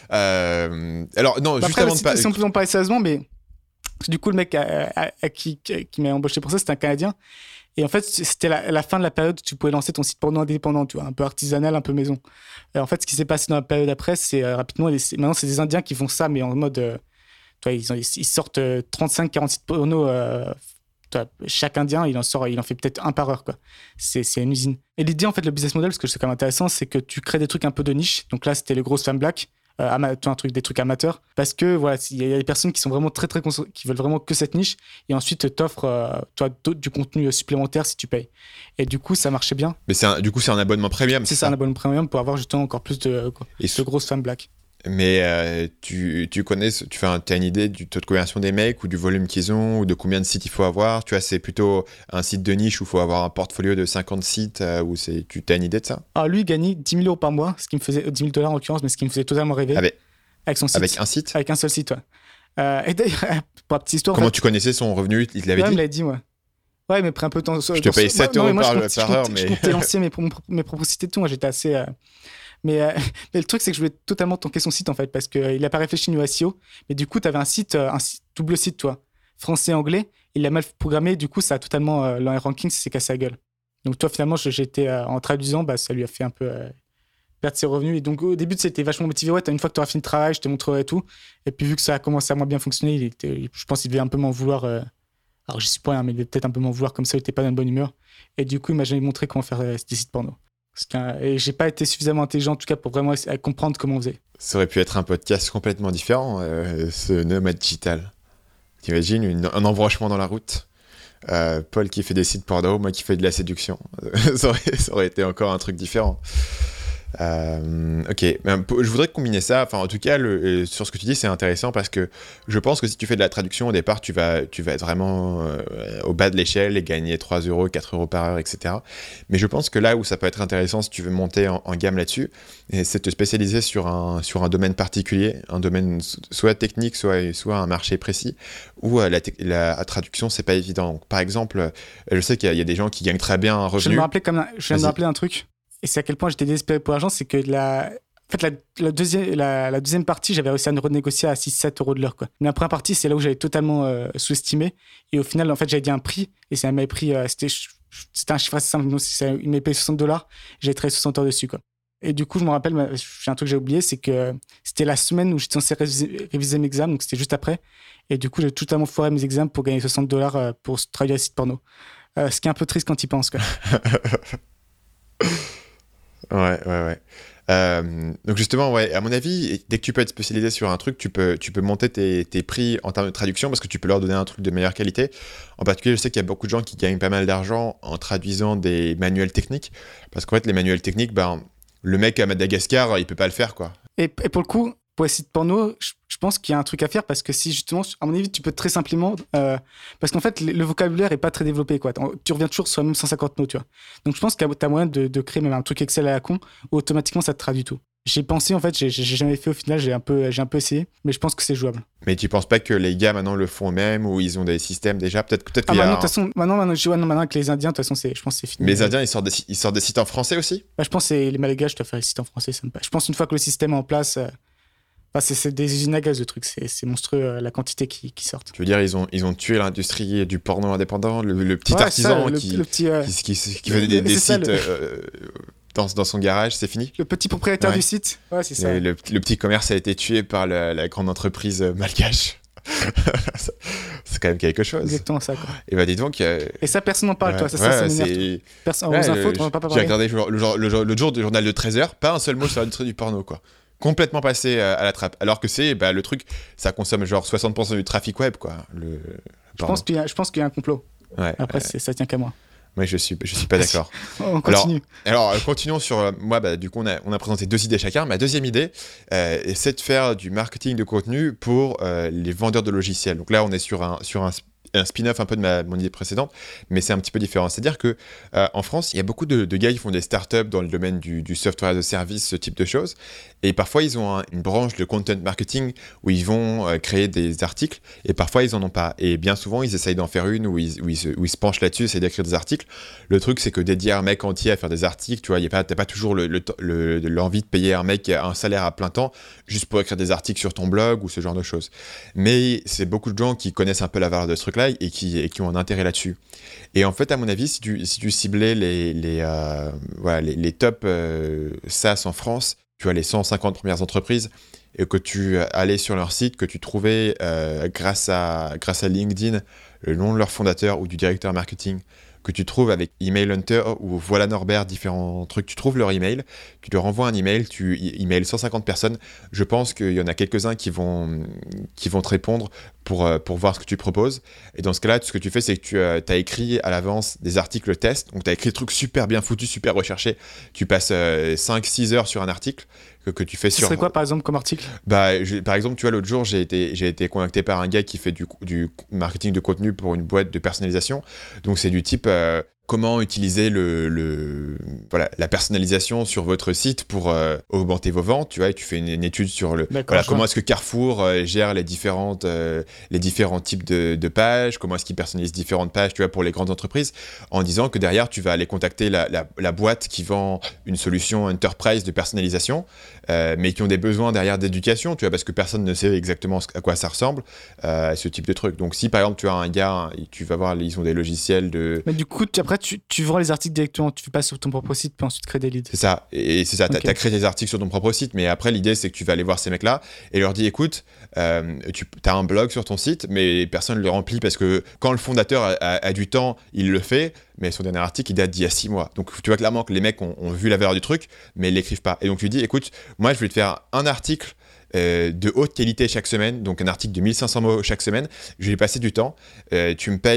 Alors, non, juste avant de pas. Si on peut en parler sérieusement, mais du coup, le mec qui m'a embauché pour ça, c'était un Canadien. Et en fait, c'était la fin de la période où tu pouvais lancer ton site porno indépendant, tu vois, un peu artisanal, un peu maison. Et en fait, ce qui s'est passé dans la période après, c'est rapidement, maintenant, c'est des Indiens qui font ça, mais en mode, ils sortent 35-40 sites porno. Chaque Indien, il en fait peut-être un par heure, quoi. C'est une usine. Et l'idée, en fait, le business model, parce que c'est quand même intéressant, c'est que tu crées des trucs un peu de niche. Donc là, c'était les grosses femmes black. des trucs amateurs. Parce que voilà, il y a des personnes qui sont vraiment qui veulent vraiment que cette niche et ensuite t'offrent du contenu supplémentaire si tu payes. Et du coup, ça marchait bien. Mais c'est un abonnement premium. C'est ça, un abonnement premium pour avoir justement encore plus de grosses fans black. Mais tu as une idée du taux de conversion des mecs ou du volume qu'ils ont ou de combien de sites il faut avoir? Tu vois, c'est plutôt un site de niche où il faut avoir un portfolio de 50 sites tu as une idée de ça? Alors lui, il gagnait 10 000 € par mois, ce qui me faisait 10 000 $ en l'occurrence, mais ce qui me faisait totalement rêver. Avec son site. Avec un site? Avec un seul site, ouais. Et d'ailleurs, pour la petite histoire. Comment tu connaissais son revenu? Il te l'avait dit? Il me l'a dit, ouais. Ouais, il m'a pris un peu de temps. Je te paye 7 € par heure, mais. Je comptais lancer mes propres sites et tout. Moi, j'étais assez. Mais le truc, c'est que je voulais totalement tanker son site, en fait, parce qu'il n'a pas réfléchi niveau SEO. Mais du coup, tu avais un site, double site, toi, français-anglais. Il l'a mal programmé. Du coup, ça a totalement, dans les rankings, ça s'est cassé la gueule. Donc, toi, finalement, j'étais en traduisant, ça lui a fait un peu perdre ses revenus. Et donc, au début, c'était vachement motivé. Ouais, une fois que tu auras fini le travail, je te montrerai et tout. Et puis, vu que ça a commencé à moins bien fonctionner, je pense qu'il devait un peu m'en vouloir. Alors, je sais pas, mais il devait peut-être un peu m'en vouloir comme ça, il n'était pas dans une bonne humeur. Et du coup, il m'a jamais montré comment faire des sites porno. Et j'ai pas été suffisamment intelligent en tout cas pour vraiment comprendre comment on faisait. Ça aurait pu être un podcast complètement différent, ce nomade digital. T'imagines un embranchement dans la route, Paul qui fait des sites porno, moi qui fais de la séduction. ça aurait été encore un truc différent. Ok, je voudrais combiner ça. Enfin, en tout cas, sur ce que tu dis, c'est intéressant parce que je pense que si tu fais de la traduction au départ, tu vas être vraiment au bas de l'échelle et gagner 3 €, 4 € par heure, etc. Mais je pense que là où ça peut être intéressant si tu veux monter en gamme là-dessus, c'est de te spécialiser sur un domaine particulier, un domaine soit technique, soit un marché précis, où la traduction, c'est pas évident. Donc, par exemple, je sais qu'il y a des gens qui gagnent très bien un revenu. Je viens de me rappeler un truc. Et c'est à quel point j'étais désespéré pour l'argent, c'est que la deuxième partie, j'avais réussi à renégocier à 6-7 € de l'heure, quoi. Mais la première partie, c'est là où j'avais totalement sous-estimé. Et au final, en fait, j'avais dit un prix. Et ça m'avait pris. C'était un chiffre assez simple. Il m'avait payé 60 $. J'avais travaillé 60 heures dessus, quoi. Et du coup, je me rappelle, j'ai un truc que j'ai oublié, c'est que c'était la semaine où j'étais censé réviser mes examens, donc c'était juste après. Et du coup, j'ai totalement foiré mes examens pour gagner 60 $ pour travailler à site porno. Ce qui est un peu triste quand tu y penses, quoi. Ouais. Donc justement, ouais, à mon avis, dès que tu peux être spécialisé sur un truc, tu peux monter tes prix en termes de traduction parce que tu peux leur donner un truc de meilleure qualité. En particulier, je sais qu'il y a beaucoup de gens qui gagnent pas mal d'argent en traduisant des manuels techniques parce qu'en fait, les manuels techniques, le mec à Madagascar, il peut pas le faire, quoi. Et pour le coup, pour les sites porno, je pense qu'il y a un truc à faire parce que si justement, à mon avis, tu peux très simplement. Parce qu'en fait, le vocabulaire est pas très développé, quoi. Tu reviens toujours sur la même 150 mots, tu vois. Donc je pense que tu as moyen de créer même un truc Excel à la con où automatiquement ça te traduit tout. J'ai pensé, en fait, j'ai jamais fait au final, j'ai un peu essayé, mais je pense que c'est jouable. Mais tu penses pas que les gars maintenant le font eux-mêmes ou ils ont des systèmes déjà? Peut-être qu'il y a. Maintenant, de toute façon, maintenant avec les Indiens, de toute façon, je pense que c'est fini. Mais les Indiens, ils sortent des sites en français aussi? Je pense que c'est les Malgaches, je dois faire les sites en français. Je pense une fois que le système est en place. C'est des usines à gaz, le truc. C'est monstrueux la quantité qui sortent. Tu veux dire, ils ont tué l'industrie du porno indépendant, le petit artisan qui faisait des sites dans son garage, c'est fini? Le petit propriétaire du site. Ouais, c'est ça. Le petit commerce a été tué par la grande entreprise malgache. C'est quand même quelque chose. Exactement ça, quoi. Et dis donc. Et ça, personne n'en parle, toi. Ça m'énerve. Personne aux infos, on va pas parler. J'ai regardé le jour du journal de 13h, pas un seul mot sur l'industrie du porno, quoi. Complètement passé à la trappe. Alors que c'est le truc, ça consomme genre 60% du trafic web, quoi. Je pense qu'il y a un complot. Ouais, après, ça tient qu'à moi. Moi, je suis pas d'accord. On continue. Alors continuons sur moi. Du coup, on a présenté 2 idées chacun. Ma deuxième idée, c'est de faire du marketing de contenu pour les vendeurs de logiciels. Donc là, on est sur un spin-off un peu de mon idée précédente, mais c'est un petit peu différent. C'est-à-dire que en France, il y a beaucoup de gars qui font des startups dans le domaine du software as a service, ce type de choses. Et parfois, ils ont une branche de content marketing où ils vont créer des articles, et parfois, ils en ont pas. Et bien souvent, ils essayent d'en faire une où ils se penchent là-dessus, essayent d'écrire des articles. Le truc, c'est que dédier un mec entier à faire des articles, tu vois, t'as pas toujours l'envie de payer un mec un salaire à plein temps juste pour écrire des articles sur ton blog ou ce genre de choses. Mais c'est beaucoup de gens qui connaissent un peu la valeur de ce truc-là et qui ont un intérêt là-dessus. Et en fait, à mon avis, si tu ciblais les top SaaS en France, tu vois, les 150 premières entreprises, et que tu allais sur leur site, que tu trouvais grâce à LinkedIn le nom de leur fondateur ou du directeur marketing, que tu trouves avec Email Hunter ou Voilà Norbert, différents trucs. Tu trouves leur email, tu leur envoies un email, tu email 150 personnes. Je pense qu'il y en a quelques-uns qui vont te répondre pour voir ce que tu proposes. Et dans ce cas-là, ce que tu fais, c'est que tu as écrit à l'avance des articles tests. Donc, tu as écrit des trucs super bien foutus, super recherchés. Tu passes 5-6 heures sur un article que tu fais sur... Ce serait quoi, par exemple, comme article ? Par exemple, tu vois, l'autre jour, j'ai été contacté par un gars qui fait du marketing de contenu pour une boîte de personnalisation. Donc, c'est du type... comment utiliser la personnalisation sur votre site pour augmenter vos ventes, tu vois, et tu fais une étude sur comment est-ce que Carrefour gère les différents types de pages, comment est-ce qu'ils personnalisent différentes pages, tu vois, pour les grandes entreprises, en disant que derrière, tu vas aller contacter la boîte qui vend une solution enterprise de personnalisation, mais qui ont des besoins derrière d'éducation, tu vois, parce que personne ne sait exactement à quoi ça ressemble, ce type de truc. Donc, si par exemple, tu as un gars, tu vas voir, ils ont des logiciels de... Mais du coup, après, tu vends les articles directement, tu fais pas sur ton propre site, puis ensuite créer des leads. C'est ça, et c'est ça, okay. T'as créé des articles sur ton propre site, mais après, l'idée, c'est que tu vas aller voir ces mecs-là et leur dis, écoute, t'as un blog sur ton site, mais personne ne le remplit parce que quand le fondateur a du temps, il le fait, mais son dernier article, il date d'il y a 6 mois. Donc, tu vois clairement que les mecs ont vu la valeur du truc, mais ils l'écrivent pas. Et donc, tu dis, écoute, moi, je vais te faire un article de haute qualité chaque semaine, donc un article de 1500 mots chaque semaine, je vais y passer du temps, tu me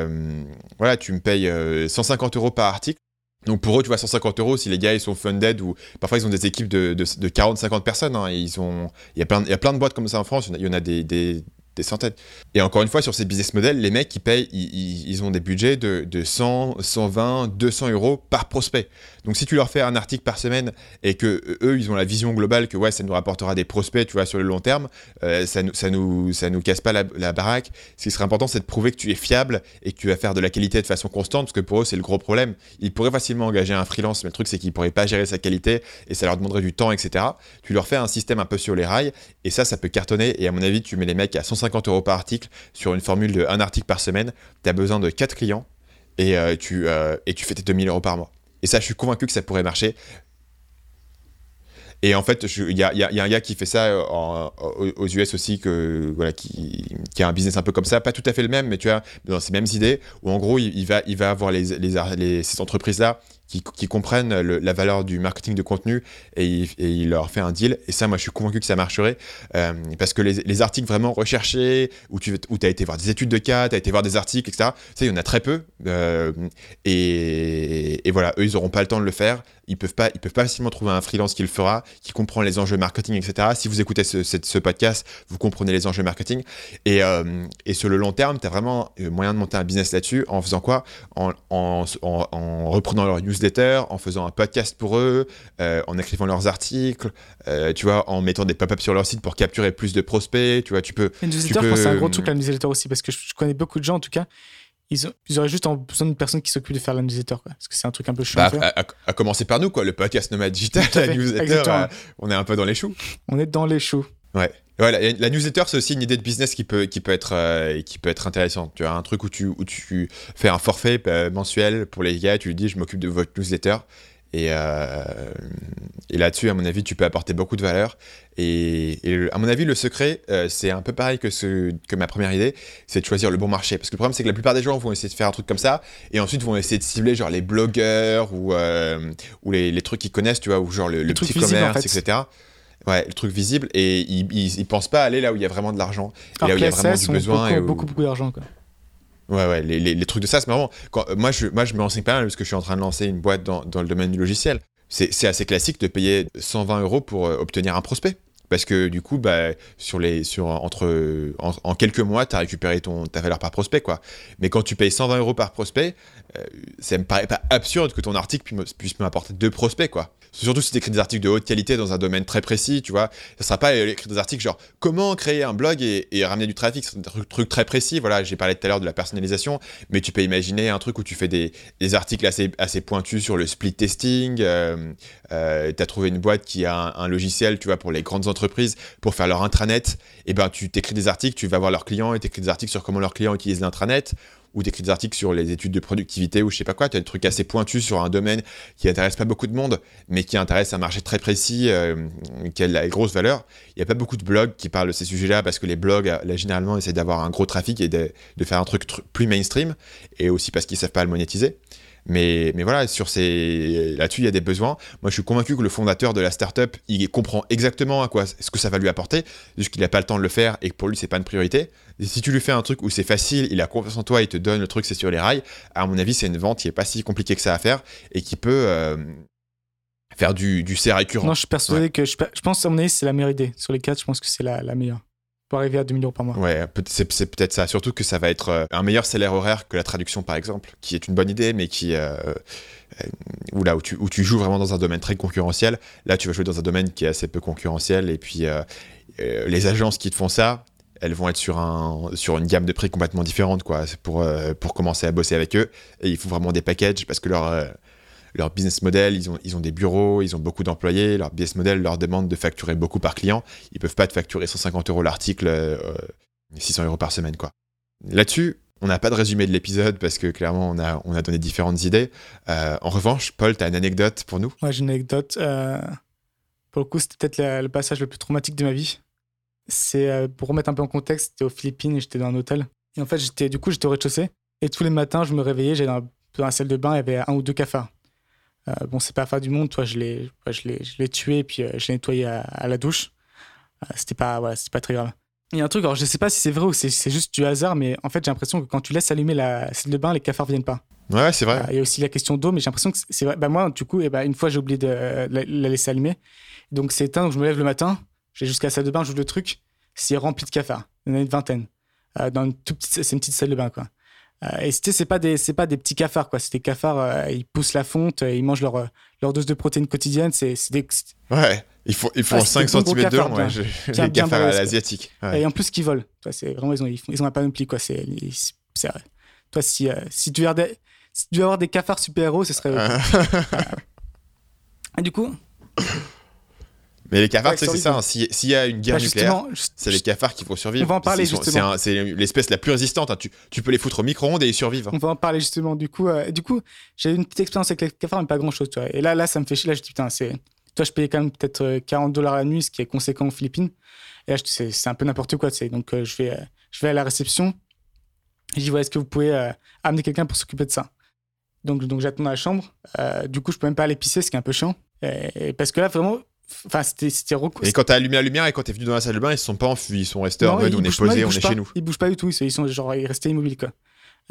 payes 150 € par article. Donc pour eux, tu vois, 150 €, si les gars ils sont funded ou parfois ils ont des équipes de 40-50 personnes, hein, il y a plein de boîtes comme ça en France, il y en a des centaines. Et encore une fois, sur ces business models, les mecs, ils ont des budgets de 100, 120, 200 € par prospect. Donc, si tu leur fais un article par semaine et que eux, ils ont la vision globale que ouais, ça nous rapportera des prospects, tu vois, sur le long terme, ça nous casse pas la baraque. Ce qui serait important, c'est de prouver que tu es fiable et que tu vas faire de la qualité de façon constante, parce que pour eux, c'est le gros problème. Ils pourraient facilement engager un freelance, mais le truc, c'est qu'ils pourraient pas gérer sa qualité et ça leur demanderait du temps, etc. Tu leur fais un système un peu sur les rails et ça peut cartonner. Et à mon avis, tu mets les mecs à 150 € par article sur une formule de 1 article par semaine. Tu as besoin de 4 clients et tu fais tes 2000 € par mois. Et ça, je suis convaincu que ça pourrait marcher. Et en fait, il y a un gars qui fait ça aux US aussi, qui a un business un peu comme ça, pas tout à fait le même, mais tu vois, dans ces mêmes idées, où en gros, il va avoir ces entreprises-là qui comprennent la valeur du marketing de contenu et il leur fait un deal. Et ça, moi, je suis convaincu que ça marcherait parce que les articles vraiment recherchés, où tu as été voir des études de cas, tu as été voir des articles, etc., il y en a très peu. Et voilà, eux, ils n'auront pas le temps de le faire. Ils peuvent pas facilement trouver un freelance qui le fera, qui comprend les enjeux marketing, etc. Si vous écoutez ce podcast, vous comprenez les enjeux marketing. Et sur le long terme, tu as vraiment moyen de monter un business là-dessus en faisant quoi ? En reprenant leur newsletter, en faisant un podcast pour eux, en écrivant leurs articles, tu vois, en mettant des pop-ups sur leur site pour capturer plus de prospects. Tu vois, tu peux... Une newsletter, je pense que c'est un gros truc, la newsletter aussi, parce que je connais beaucoup de gens, en tout cas, ils auraient juste besoin d'une personne qui s'occupe de faire la newsletter, quoi. Parce que c'est un truc un peu chiant. À commencer par nous, quoi, le podcast Nomade Digital, la newsletter, on est un peu dans les choux. On est dans les choux. Ouais. Ouais, la newsletter, c'est aussi une idée de business qui peut être intéressante. Tu as un truc où tu fais un forfait mensuel pour les gars, tu lui dis je m'occupe de votre newsletter. Et là-dessus, à mon avis, tu peux apporter beaucoup de valeur. Et à mon avis, le secret, c'est un peu pareil que ma première idée, c'est de choisir le bon marché. Parce que le problème, c'est que la plupart des gens vont essayer de faire un truc comme ça, et ensuite vont essayer de cibler genre les blogueurs ou les trucs qu'ils connaissent, tu vois, ou genre le petit commerce, en fait. Etc. Ouais, le truc visible, et ils pensent pas aller là où il y a vraiment de l'argent, et là où il y a vraiment du besoin. Beaucoup d'argent, quoi. Ouais, les trucs de ça, c'est marrant. Moi, je me renseigne pas mal parce que je suis en train de lancer une boîte dans le domaine du logiciel. C'est assez classique de payer 120 € pour obtenir un prospect. Parce que du coup, en quelques mois, tu as récupéré ta valeur par prospect, quoi. Mais quand tu payes 120 € par prospect, ça me paraît pas absurde que ton article puisse m'apporter 2 prospects, quoi. Surtout si tu écris des articles de haute qualité dans un domaine très précis, tu vois. Ça sera pas écrire des articles genre comment créer un blog et ramener du trafic, c'est un truc très précis. Voilà, j'ai parlé tout à l'heure de la personnalisation, mais tu peux imaginer un truc où tu fais des articles assez pointus sur le split testing. Tu as trouvé une boîte qui a un logiciel, tu vois, pour les grandes entreprises pour faire leur intranet. Et ben, tu t'écris des articles, tu vas voir leurs clients et t'écris des articles sur comment leurs clients utilisent l'intranet. ou t'écris des articles sur les études de productivité ou je sais pas quoi, tu as des trucs assez pointus sur un domaine qui intéresse pas beaucoup de monde, mais qui intéresse un marché très précis, qui a la grosse valeur. Il y a pas beaucoup de blogs qui parlent de ces sujets-là parce que les blogs, là, généralement, essaient d'avoir un gros trafic et de faire un truc plus mainstream, et aussi parce qu'ils savent pas le monétiser. Mais voilà, là-dessus, il y a des besoins. Moi, je suis convaincu que le fondateur de la startup, il comprend exactement à quoi ce que ça va lui apporter, juste qu'il n'a pas le temps de le faire et que pour lui, c'est pas une priorité. Et si tu lui fais un truc où c'est facile, il a confiance en toi, il te donne le truc, c'est sur les rails, à mon avis, c'est une vente qui est pas si compliquée que ça à faire et qui peut faire du CA récurrent. Non, je suis persuadé que je pense, à mon avis, c'est la meilleure idée. Sur les 4, je pense que c'est la meilleure. Pour arriver à 2 millions par mois. Ouais, c'est peut-être ça. Surtout que ça va être un meilleur salaire horaire que la traduction, par exemple, qui est une bonne idée, mais où tu joues vraiment dans un domaine très concurrentiel. Là, tu vas jouer dans un domaine qui est assez peu concurrentiel. Et puis, les agences qui te font ça, elles vont être sur une gamme de prix complètement différente, quoi. C'est pour commencer à bosser avec eux. Et il faut vraiment des packages parce que leur business model, ils ont des bureaux, ils ont beaucoup d'employés. Leur business model leur demande de facturer beaucoup par client. Ils peuvent pas te facturer 150 € l'article, 600 € par semaine, quoi. Là-dessus, on n'a pas de résumé de l'épisode parce que clairement, on a donné différentes idées. En revanche, Paul, tu as une anecdote pour nous ? Ouais, j'ai une anecdote. Pour le coup, c'était peut-être le passage le plus traumatique de ma vie. C'est, pour remettre un peu en contexte, c'était aux Philippines et j'étais dans un hôtel. Et en fait, j'étais au rez-de-chaussée. Et tous les matins, je me réveillais, j'allais dans la salle de bain, il y avait 1 ou 2 cafards. Bon, c'est pas la fin du monde, toi, je l'ai tué et puis je l'ai nettoyé à la douche. C'était pas très grave. Il y a un truc, alors je sais pas si c'est vrai ou c'est juste du hasard, mais en fait, j'ai l'impression que quand tu laisses allumer la salle de bain, les cafards viennent pas. Ouais, c'est vrai. Il y a aussi la question d'eau, mais j'ai l'impression que c'est vrai. Bah, moi, du coup, une fois, j'ai oublié de la laisser allumer. Donc, c'est éteint, donc je me lève le matin, j'ai jusqu'à la salle de bain, j'ouvre le truc, c'est rempli de cafards. Il y en a une vingtaine. C'est une petite salle de bain, quoi. Et c'est pas des petits cafards, quoi. C'est des cafards, ils poussent la fonte, ils mangent leur dose de protéines quotidiennes. Ouais, ils font 5 cm de long, ouais, les cafards asiatiques. Ouais. Et en plus, qu'ils volent. Toi, c'est vraiment, ils ont un panoplie, quoi. Toi, si tu devais avoir des cafards super-héros, ce serait. Et du coup. Mais les cafards, c'est ça. S'il y a une guerre nucléaire, c'est les cafards qu'il faut survivre. On va en parler justement. C'est l'espèce la plus résistante. Hein. Tu peux les foutre au micro-ondes et ils survivent. On va en parler justement. Du coup, j'ai eu une petite expérience avec les cafards, mais pas grand-chose. Tu vois. Et là, ça me fait chier. Là, je dis, putain, toi, je payais quand même peut-être $40 la nuit, ce qui est conséquent aux Philippines. Et là, c'est un peu n'importe quoi. Donc, je vais à la réception. Et je dis, est-ce que vous pouvez amener quelqu'un pour s'occuper de ça ? Donc j'attends dans la chambre. Du coup, je peux même pas aller pisser, ce qui est un peu chiant. Et parce que là, vraiment. Enfin, c'était Et quand t'as allumé la lumière et quand t'es venu dans la salle de bain, ils se sont pas enfuis, ils sont restés en mode on est posé, on est chez nous. Ils bougent pas du tout, ils restaient immobiles, quoi.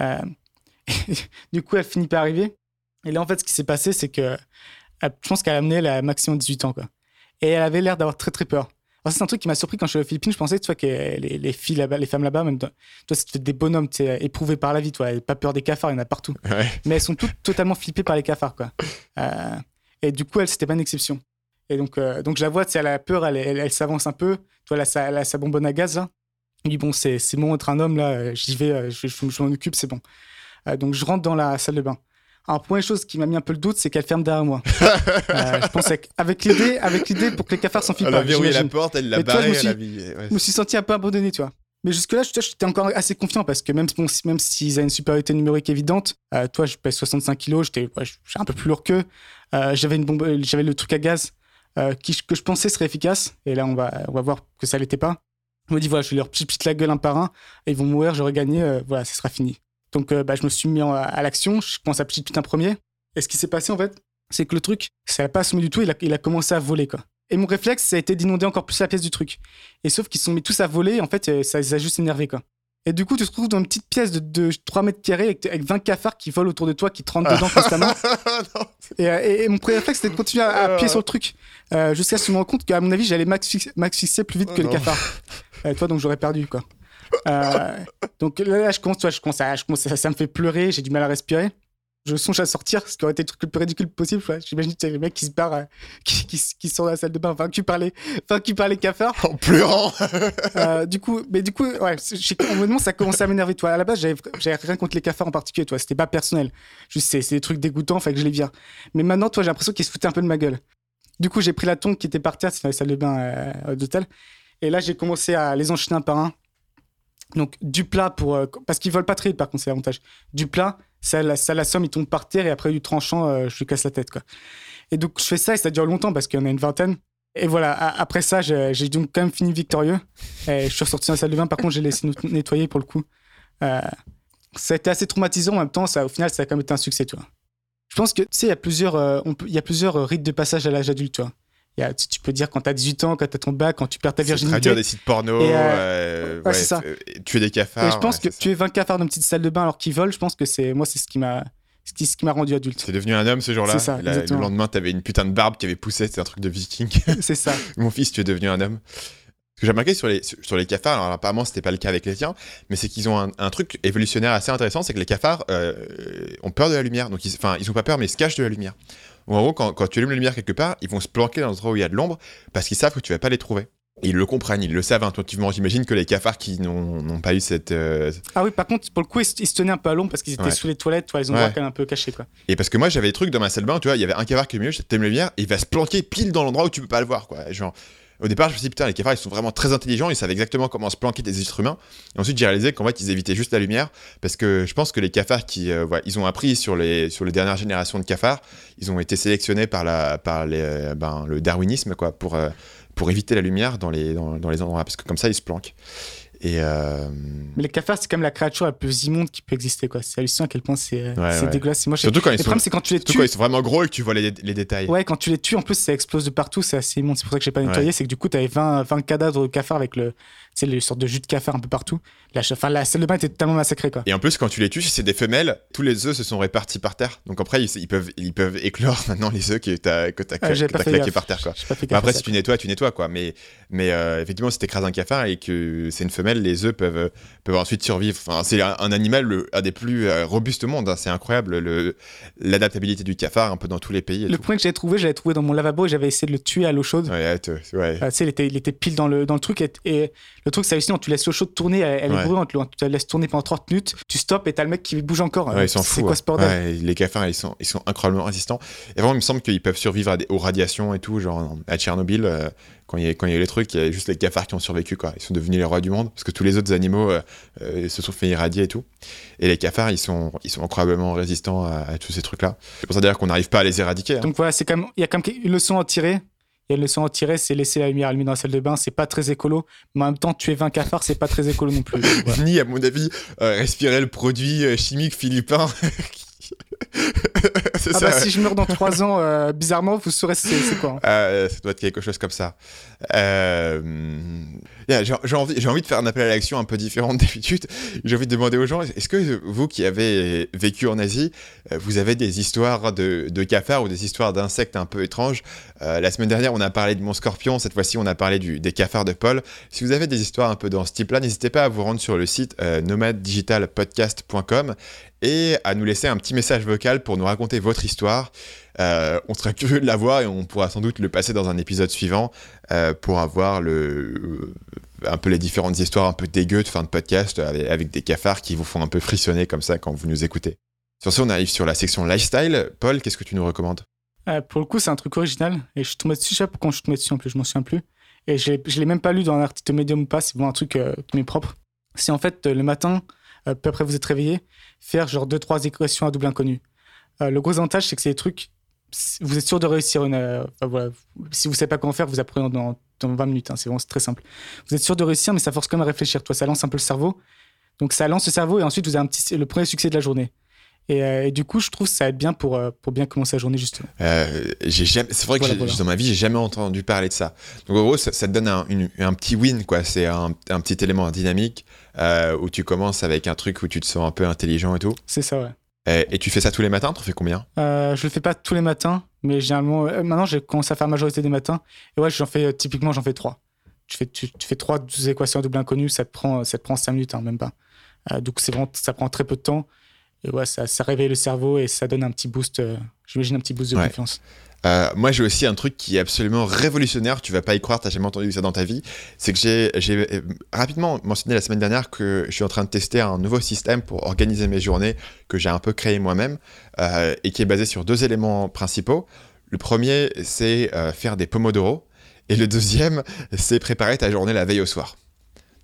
Du coup, elle finit par arriver. Et là, en fait, ce qui s'est passé, c'est que je pense qu'elle a amené la maximum 18 ans, quoi. Et elle avait l'air d'avoir très très peur. Alors, c'est un truc qui m'a surpris quand je suis aux Philippines. Je pensais, tu vois, que les filles là-bas, les femmes là-bas, même toi, c'était des bonhommes, tu sais, éprouvés par la vie, toi, pas peur des cafards, il y en a partout. Ouais. Mais elles sont toutes totalement flippées par les cafards, quoi. Et du coup, elle, c'était pas une exception. Et donc je la vois, tu sais, elle a peur, elle s'avance un peu. Toi, elle a sa bonbonne à gaz, là. Je dis, bon, c'est bon d'être un homme, là, j'y vais, je m'en occupe, c'est bon. Donc, je rentre dans la salle de bain. Alors, première chose qui m'a mis un peu le doute, c'est qu'elle ferme derrière moi. Je pensais avec l'idée pour que les cafards s'enfuient pas. Elle a verrouillé la porte, elle l'a barrée, je me suis senti un peu abandonné, tu vois. Mais jusque-là, j'étais encore assez confiant parce que même s'ils avaient une supériorité numérique évidente, toi, je pèse 65 kilos, j'étais un peu plus lourd qu'eux. J'avais le truc à gaz. Que je pensais serait efficace, et là on va voir que ça l'était pas. Je me dis voilà, je vais leur pipite la gueule un par un, et ils vont mourir, j'aurai gagné, voilà, ça sera fini. Donc je me suis mis à l'action, je commence à pipiter un premier, et ce qui s'est passé en fait, c'est que le truc, ça n'a pas assommé du tout, il a commencé à voler, quoi. Et mon réflexe, ça a été d'inonder encore plus la pièce du truc. Et sauf qu'ils se sont mis tous à voler, et en fait, ça les a juste énervés, quoi. Et du coup, tu te retrouves dans une petite pièce de 3 mètres carrés avec 20 cafards qui volent autour de toi, qui te rentrent dedans constamment. Et mon premier réflexe, c'était de continuer à appuyer sur le truc jusqu'à ce que je me rende compte qu'à mon avis, j'allais max fixer plus vite que les cafards. Donc j'aurais perdu, quoi. Donc là, ça me fait pleurer, j'ai du mal à respirer. Je songe à sortir, ce qui aurait été le truc le plus ridicule possible. Ouais. J'imagine les mecs qui se barrent, qui sont dans la salle de bain, vaincus par les cafards. En pleurant. Du coup, ouais, au moment, ça commençait à m'énerver. Toi, à la base, j'avais rien contre les cafards en particulier. Toi, c'était pas personnel. Juste, c'est des trucs dégoûtants, fait que je les vire. Mais maintenant, toi, j'ai l'impression qu'ils se foutaient un peu de ma gueule. Du coup, j'ai pris la tongue qui était par terre, c'est dans la salle de bain d'hôtel. Et là, j'ai commencé à les enchaîner un par un. Donc, du plat parce qu'ils volent pas très vite, par contre, c'est l'avantage. Du plat, ça l'assomme, il tombe par terre et après, du tranchant, je lui casse la tête, quoi. Et donc, je fais ça et ça dure longtemps parce qu'il y en a une vingtaine. Et voilà, après ça, j'ai donc quand même fini victorieux. Et je suis ressorti dans la salle de bain. Par contre, j'ai laissé nettoyer pour le coup. Ça a été assez traumatisant. En même temps, au final, ça a quand même été un succès, tu vois. Je pense que, tu sais, il y a plusieurs rites de passage à l'âge adulte, tu vois. Tu peux dire quand t'as 18 ans, quand t'as ton bac, quand tu perds ta virginité. Traduire des sites porno, c'est ça. Tuer des cafards. Et je pense que tuer 20 cafards dans une petite salle de bain alors qu'ils volent, je pense que moi, c'est ce qui m'a rendu adulte. T'es devenu un homme ce jour-là. C'est ça, le lendemain, t'avais une putain de barbe qui avait poussé, c'était un truc de viking. C'est ça. Mon fils, tu es devenu un homme. Ce que j'ai remarqué sur les cafards, alors apparemment c'était pas le cas avec les tiens, mais c'est qu'ils ont un truc évolutionnaire assez intéressant, c'est que les cafards ont peur de la lumière. Donc ils ont pas peur, mais ils se cachent de la lumière. Donc, en gros, quand tu allumes la lumière quelque part, ils vont se planquer dans l'endroit où il y a de l'ombre parce qu'ils savent que tu vas pas les trouver. Et ils le comprennent, ils le savent intuitivement. J'imagine que les cafards qui n'ont pas eu cette... Ah oui, par contre, pour le coup, ils se tenaient un peu à l'ombre parce qu'ils étaient sous les toilettes, ils ont quand même un peu caché, quoi. Et parce que moi, j'avais des trucs dans ma salle de bain, tu vois, il y avait un cafard qui est au milieu, j'étais la lumière, et il va se planquer pile dans l'endroit où tu peux pas le voir, quoi. Genre, au départ, je me suis dit, putain, les cafards, ils sont vraiment très intelligents, ils savent exactement comment se planquer des êtres humains. Et ensuite, j'ai réalisé qu'en fait, ils évitaient juste la lumière, parce que je pense que les cafards ils ont appris sur les dernières générations de cafards, ils ont été sélectionnés par le darwinisme, quoi, pour éviter la lumière dans les endroits, parce que comme ça, ils se planquent. Mais les cafards, c'est quand même la créature la plus immonde qui peut exister, quoi. C'est hallucinant à quel point c'est dégueulasse. Et moi, surtout quand le problème, c'est quand tu les tues. Surtout quand ils sont vraiment gros et que tu vois les détails. Ouais, quand tu les tues, en plus, ça explose de partout, c'est assez immonde. C'est pour ça que j'ai pas nettoyé. C'est que du coup, t'avais 20 cadavres de cafards avec les sortes de jus de cafard un peu partout. La salle de bain était totalement massacrée, quoi. Et en plus, quand tu les tues, si c'est des femelles, tous les œufs se sont répartis par terre. Donc après, ils peuvent éclore maintenant les œufs que t'as claqués par terre, quoi. Après, si tu nettoies, quoi. Mais effectivement, si t'écrases un cafard et que c'est une femelle, les œufs peuvent ensuite survivre. Enfin, c'est un animal un des plus robustes au monde, hein. C'est incroyable l'adaptabilité du cafard un peu dans tous les pays. Le point que j'avais trouvé dans mon lavabo et j'avais essayé de le tuer à l'eau chaude. Tu sais, il était pile dans le truc et le truc c'est hallucinant, tu laisses l'eau chaude tourner, elle est brûlante, tu la laisses tourner pendant 30 minutes, tu stoppes et t'as le mec qui bouge encore. Ils s'en foutent. C'est quoi ce bordel? Les cafards, ils sont incroyablement résistants. Et vraiment, il me semble qu'ils peuvent survivre aux radiations et tout, genre à Tchernobyl. Quand il y a eu les trucs, il y a juste les cafards qui ont survécu, quoi. Ils sont devenus les rois du monde parce que tous les autres animaux se sont fait irradier et tout. Et les cafards, ils sont incroyablement résistants à tous ces trucs-là. C'est pour ça d'ailleurs qu'on n'arrive pas à les éradiquer. Hein. Donc voilà, il y a quand même une leçon à tirer. Il y a une leçon à tirer, c'est laisser la lumière allumée dans la salle de bain. C'est pas très écolo, mais en même temps, tuer 20 cafards, c'est pas très écolo non plus. Voilà. Ni, à mon avis, respirer le produit chimique philippin. Si je meurs dans 3 ans, bizarrement, vous saurez c'est quoi. Ça doit être quelque chose comme ça. J'ai envie de faire un appel à l'action un peu différent d'habitude. J'ai envie de demander aux gens, est-ce que vous qui avez vécu en Asie, vous avez des histoires de cafards ou des histoires d'insectes un peu étranges? La semaine dernière, on a parlé de mon scorpion. Cette fois-ci, on a parlé des cafards de Paul. Si vous avez des histoires un peu dans ce type-là, n'hésitez pas à vous rendre sur le site nomaddigitalpodcast.com et à nous laisser un petit message vocal pour nous raconter votre histoire. On sera curieux de la voir et on pourra sans doute le passer dans un épisode suivant pour avoir un peu les différentes histoires un peu dégueu de fin de podcast avec des cafards qui vous font un peu frissonner comme ça quand vous nous écoutez. Sur ce, on arrive sur la section lifestyle. Paul, qu'est-ce que tu nous recommandes? Pour le coup, c'est un truc original et je suis tombé dessus, je sais pas quand je suis tombé dessus en plus, je m'en souviens plus. Et je l'ai même pas lu dans un article Medium ou pas, c'est vraiment un truc qui m'est propre. C'est en fait le matin, peu après vous êtes réveillé, faire genre 2-3 équations à double inconnu. Le gros avantage, c'est que c'est des trucs, vous êtes sûr de réussir voilà. Si vous savez pas comment faire, vous apprenez dans 20 minutes, hein, c'est vraiment très simple. Vous êtes sûr de réussir, mais ça force quand même à réfléchir. Toi, ça lance un peu le cerveau. Donc ça lance le cerveau et ensuite vous avez le premier succès de la journée. Et du coup, je trouve que ça aide bien pour bien commencer la journée, justement. C'est vrai que dans ma vie, j'ai jamais entendu parler de ça. Donc, en gros, ça te donne un petit win, quoi. C'est un petit élément dynamique où tu commences avec un truc où tu te sens un peu intelligent et tout. C'est ça, ouais. Et tu fais ça tous les matins? Tu en fais combien? Je le fais pas tous les matins, mais généralement, maintenant, j'ai commencé à faire la majorité des matins. Et ouais, typiquement, j'en fais 3. Tu fais 3 équations à double inconnu, ça te prend 5 minutes, hein, même pas. Donc, ça prend très peu de temps. Et ouais, ça réveille le cerveau et ça donne un petit boost, j'imagine un petit boost de confiance. Moi, j'ai aussi un truc qui est absolument révolutionnaire. Tu vas pas y croire, t'as jamais entendu ça dans ta vie. C'est que j'ai rapidement mentionné la semaine dernière que je suis en train de tester un nouveau système pour organiser mes journées que j'ai un peu créé moi-même et qui est basé sur 2 éléments principaux. Le premier, c'est faire des pomodoro et le deuxième, c'est préparer ta journée la veille au soir.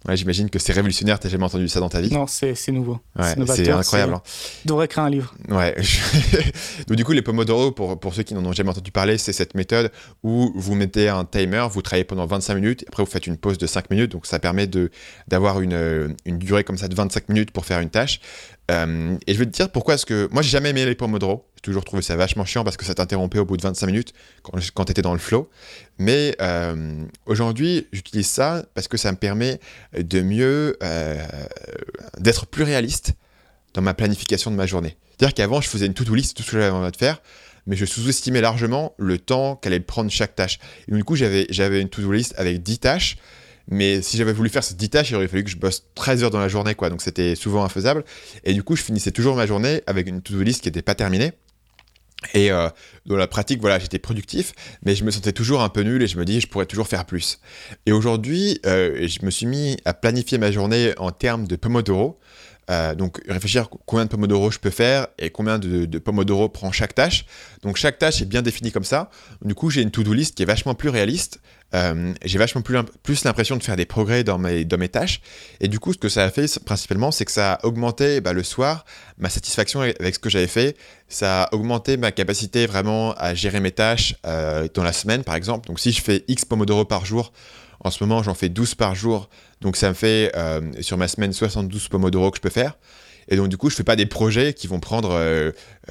Ouais, j'imagine que c'est révolutionnaire, t'as jamais entendu ça dans ta vie. Non, c'est nouveau. Ouais, c'est incroyable. Tu devrais écrire un livre. Ouais. Donc du coup, les Pomodoro, pour ceux qui n'en ont jamais entendu parler, c'est cette méthode où vous mettez un timer, vous travaillez pendant 25 minutes, après vous faites une pause de 5 minutes, donc ça permet d'avoir une durée comme ça de 25 minutes pour faire une tâche. Et je vais te dire pourquoi est-ce que... Moi, j'ai jamais aimé les Pomodoro. J'ai toujours trouvé ça vachement chiant parce que ça t'interrompait au bout de 25 minutes quand t'étais dans le flow. Mais aujourd'hui, j'utilise ça parce que ça me permet de mieux... d'être plus réaliste dans ma planification de ma journée. C'est-à-dire qu'avant, je faisais une to-do list, tout ce que j'avais envie de faire, mais je sous-estimais largement le temps qu'allait prendre chaque tâche. Et donc, du coup, j'avais une to-do list avec 10 tâches, mais si j'avais voulu faire ces 10 tâches, il aurait fallu que je bosse 13 heures dans la journée, quoi. Donc, c'était souvent infaisable. Et du coup, je finissais toujours ma journée avec une to-do list qui n'était pas terminée. Et dans la pratique, voilà, j'étais productif, mais je me sentais toujours un peu nul et je me dis, je pourrais toujours faire plus. Et aujourd'hui, je me suis mis à planifier ma journée en termes de Pomodoro. Donc réfléchir combien de Pomodoro je peux faire et combien de Pomodoro prend chaque tâche. Donc chaque tâche est bien définie comme ça. Du coup, j'ai une to-do list qui est vachement plus réaliste. J'ai vachement plus l'impression de faire des progrès dans mes tâches. Et du coup, ce que ça a fait principalement, c'est que ça a augmenté le soir ma satisfaction avec ce que j'avais fait. Ça a augmenté ma capacité vraiment à gérer mes tâches dans la semaine, par exemple. Donc si je fais X Pomodoro par jour, en ce moment, j'en fais 12 par jour. Donc, ça me fait, sur ma semaine, 72 Pomodoro que je peux faire. Et donc, du coup, je ne fais pas des projets qui vont prendre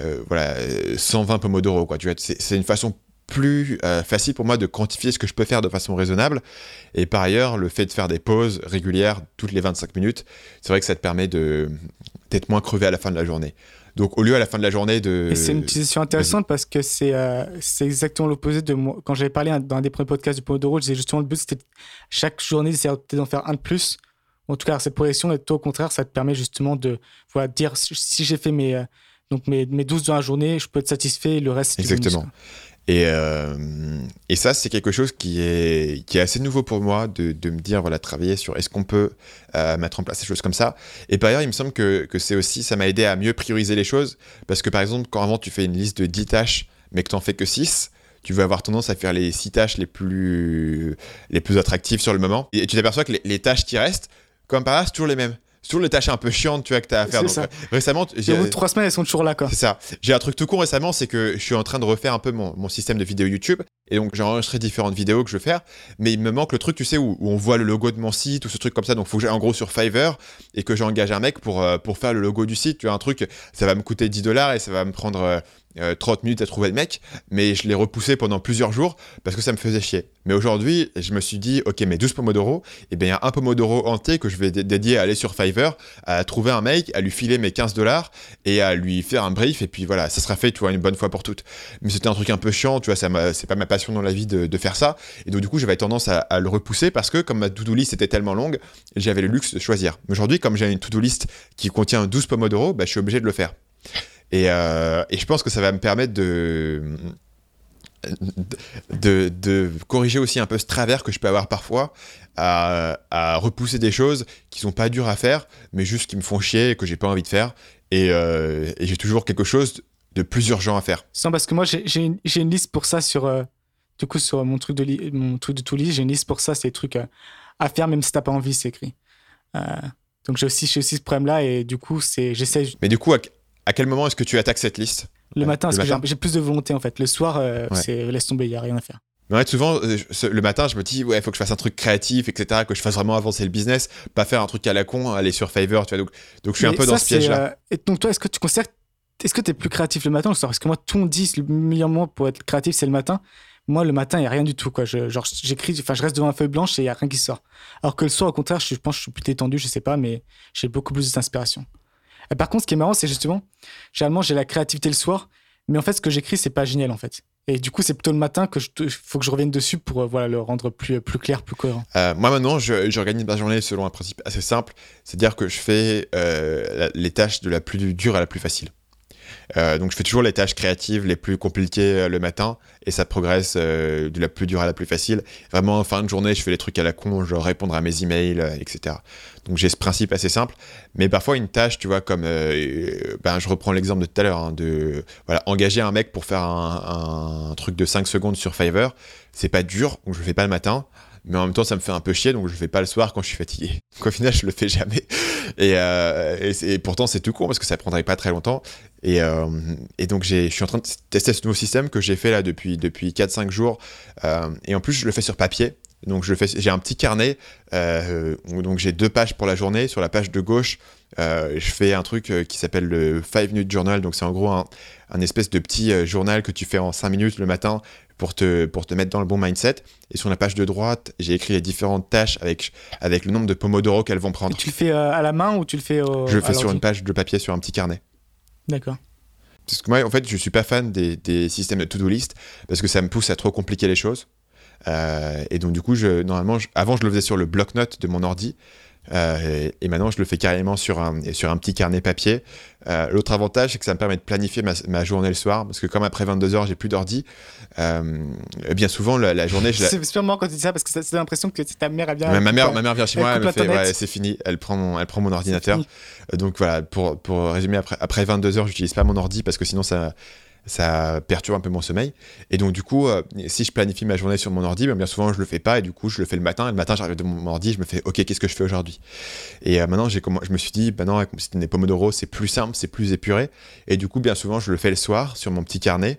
120 Pomodoro, quoi. Tu vois, c'est une façon plus facile pour moi de quantifier ce que je peux faire de façon raisonnable. Et par ailleurs, le fait de faire des pauses régulières toutes les 25 minutes, c'est vrai que ça te permet d'être moins crevé à la fin de la journée. Donc, au lieu à la fin de la journée de... Et c'est une utilisation intéressante parce que c'est exactement l'opposé de moi. Quand j'avais parlé dans un des premiers podcasts du Pomodoro, je disais justement le but, c'était chaque journée d'essayer d'en faire un de plus. En tout cas, cette progression, et toi, au contraire, ça te permet justement de dire si j'ai fait mes 12 dans la journée, je peux être satisfait, le reste, c'est du bonus. Exactement. Et ça, c'est quelque chose qui est assez nouveau pour moi, de me dire, voilà, travailler sur est-ce qu'on peut mettre en place des choses comme ça. Et par ailleurs, il me semble que c'est aussi, ça m'a aidé à mieux prioriser les choses. Parce que par exemple, quand avant tu fais une liste de 10 tâches, mais que tu n'en fais que 6, tu vas avoir tendance à faire les 6 tâches les plus attractives sur le moment. Et tu t'aperçois que les tâches qui restent, comme par hasard, c'est toujours les mêmes. C'est toujours les tâches un peu chiantes, tu vois, que tu as à faire. C'est donc, ça. Récemment, Et au bout de 3 semaines, elles sont toujours là, quoi. c'est ça. J'ai un truc tout con récemment, c'est que je suis en train de refaire un peu mon système de vidéo YouTube. Et donc, j'ai enregistré différentes vidéos que je veux faire. Mais il me manque le truc, tu sais, où on voit le logo de mon site ou ce truc comme ça. Donc, il faut que j'aille en gros sur Fiverr et que j'engage un mec pour faire le logo du site. Tu vois, un truc, ça va me coûter $10 et ça va me prendre 30 minutes à trouver le mec. Mais je l'ai repoussé pendant plusieurs jours parce que ça me faisait chier. Mais aujourd'hui, je me suis dit, ok, mais 12 Pomodoro, et bien il y a un Pomodoro entier que je vais dédier à aller sur Fiverr, à trouver un mec, à lui filer mes $15 et à lui faire un brief. Et puis voilà, ça sera fait, tu vois, une bonne fois pour toutes. Mais c'était un truc un peu chiant, tu vois, c'est pas ma passion dans la vie de faire ça. Et donc du coup, j'avais tendance à le repousser parce que comme ma to-do list était tellement longue, j'avais le luxe de choisir. Mais aujourd'hui, comme j'ai une to-do list qui contient 12 Pomodoro, je suis obligé de le faire. Et je pense que ça va me permettre de corriger aussi un peu ce travers que je peux avoir parfois à repousser des choses qui sont pas dures à faire, mais juste qui me font chier et que j'ai pas envie de faire. Et j'ai toujours quelque chose de plus urgent à faire. Non, parce que moi, j'ai une liste pour ça sur mon truc de to list, j'ai une liste pour ça, c'est des trucs à faire même si t'as pas envie, c'est écrit. Donc j'ai aussi ce problème-là et du coup, j'essaie. Mais du coup, à quel moment est-ce que tu attaques cette liste ? Le matin, parce que j'ai plus de volonté en fait. Le soir, laisse tomber, il n'y a rien à faire. Mais ouais, souvent, le matin, je me dis, ouais, il faut que je fasse un truc créatif, etc., que je fasse vraiment avancer le business, pas faire un truc à la con, aller sur Fiverr, tu vois. Donc je suis un peu dans ce piège-là. Et donc, toi, est-ce que tu es plus créatif le matin ou le soir ? Parce que moi, tout le monde dit le meilleur moment pour être créatif, c'est le matin. Moi, le matin, il n'y a rien du tout, quoi. Je reste devant une feuille blanche et il n'y a rien qui sort. Alors que le soir, au contraire, je pense que je suis plus détendu, je sais pas, mais j'ai beaucoup plus d'inspiration. Et par contre, ce qui est marrant, c'est justement, généralement, j'ai la créativité le soir, mais en fait, ce que j'écris, c'est pas génial, en fait. Et du coup, c'est plutôt le matin que faut que je revienne dessus pour le rendre plus clair, plus cohérent. Moi, maintenant, j'organise ma journée selon un principe assez simple, c'est-à-dire que je fais les tâches de la plus dure à la plus facile. Donc je fais toujours les tâches créatives les plus compliquées le matin et ça progresse de la plus dure à la plus facile. Vraiment en fin de journée je fais les trucs à la con, genre répondre à mes emails, etc. Donc j'ai ce principe assez simple, mais parfois une tâche, tu vois, comme je reprends l'exemple de tout à l'heure, engager un mec pour faire un truc de 5 secondes sur Fiverr, c'est pas dur, donc je le fais pas le matin. mais en même temps ça me fait un peu chier, donc je le fais pas le soir quand je suis fatigué. Donc au final je le fais jamais, et pourtant c'est tout con parce que ça prendrait pas très longtemps, et donc je suis en train de tester ce nouveau système que j'ai fait là depuis 4-5 jours, et en plus je le fais sur papier. Donc j'ai un petit carnet, donc j'ai 2 pages pour la journée. Sur la page de gauche, je fais un truc qui s'appelle le 5 minute journal. Donc c'est en gros un espèce de petit journal que tu fais en 5 minutes le matin pour te mettre dans le bon mindset. Et sur la page de droite, j'ai écrit les différentes tâches avec le nombre de pomodoro qu'elles vont prendre. Et tu le fais à la main ou tu le fais Je le fais sur une page de papier, sur un petit carnet. D'accord. Parce que moi, en fait, je suis pas fan des systèmes de to-do list parce que ça me pousse à trop compliquer les choses. Et donc du coup, avant je le faisais sur le bloc-notes de mon ordi, et maintenant je le fais carrément sur un petit carnet papier. L'autre avantage, c'est que ça me permet de planifier ma journée le soir, parce que comme après 22h j'ai plus d'ordi, bien souvent la journée c'est super marrant quand tu dis ça, parce que c'est l'impression que ta mère a bien... Ma mère vient chez moi, elle me fait ouais, c'est fini, elle prend mon ordinateur. Donc voilà, pour résumer, après 22h j'utilise pas mon ordi parce que sinon ça perturbe un peu mon sommeil, et donc du coup si je planifie ma journée sur mon ordi, bien souvent je le fais pas, et du coup je le fais le matin, et le matin j'arrive de mon ordi, je me fais ok, qu'est-ce que je fais aujourd'hui, et maintenant je me suis dit non, avec les Pomodoro c'est plus simple, c'est plus épuré, et du coup bien souvent je le fais le soir sur mon petit carnet,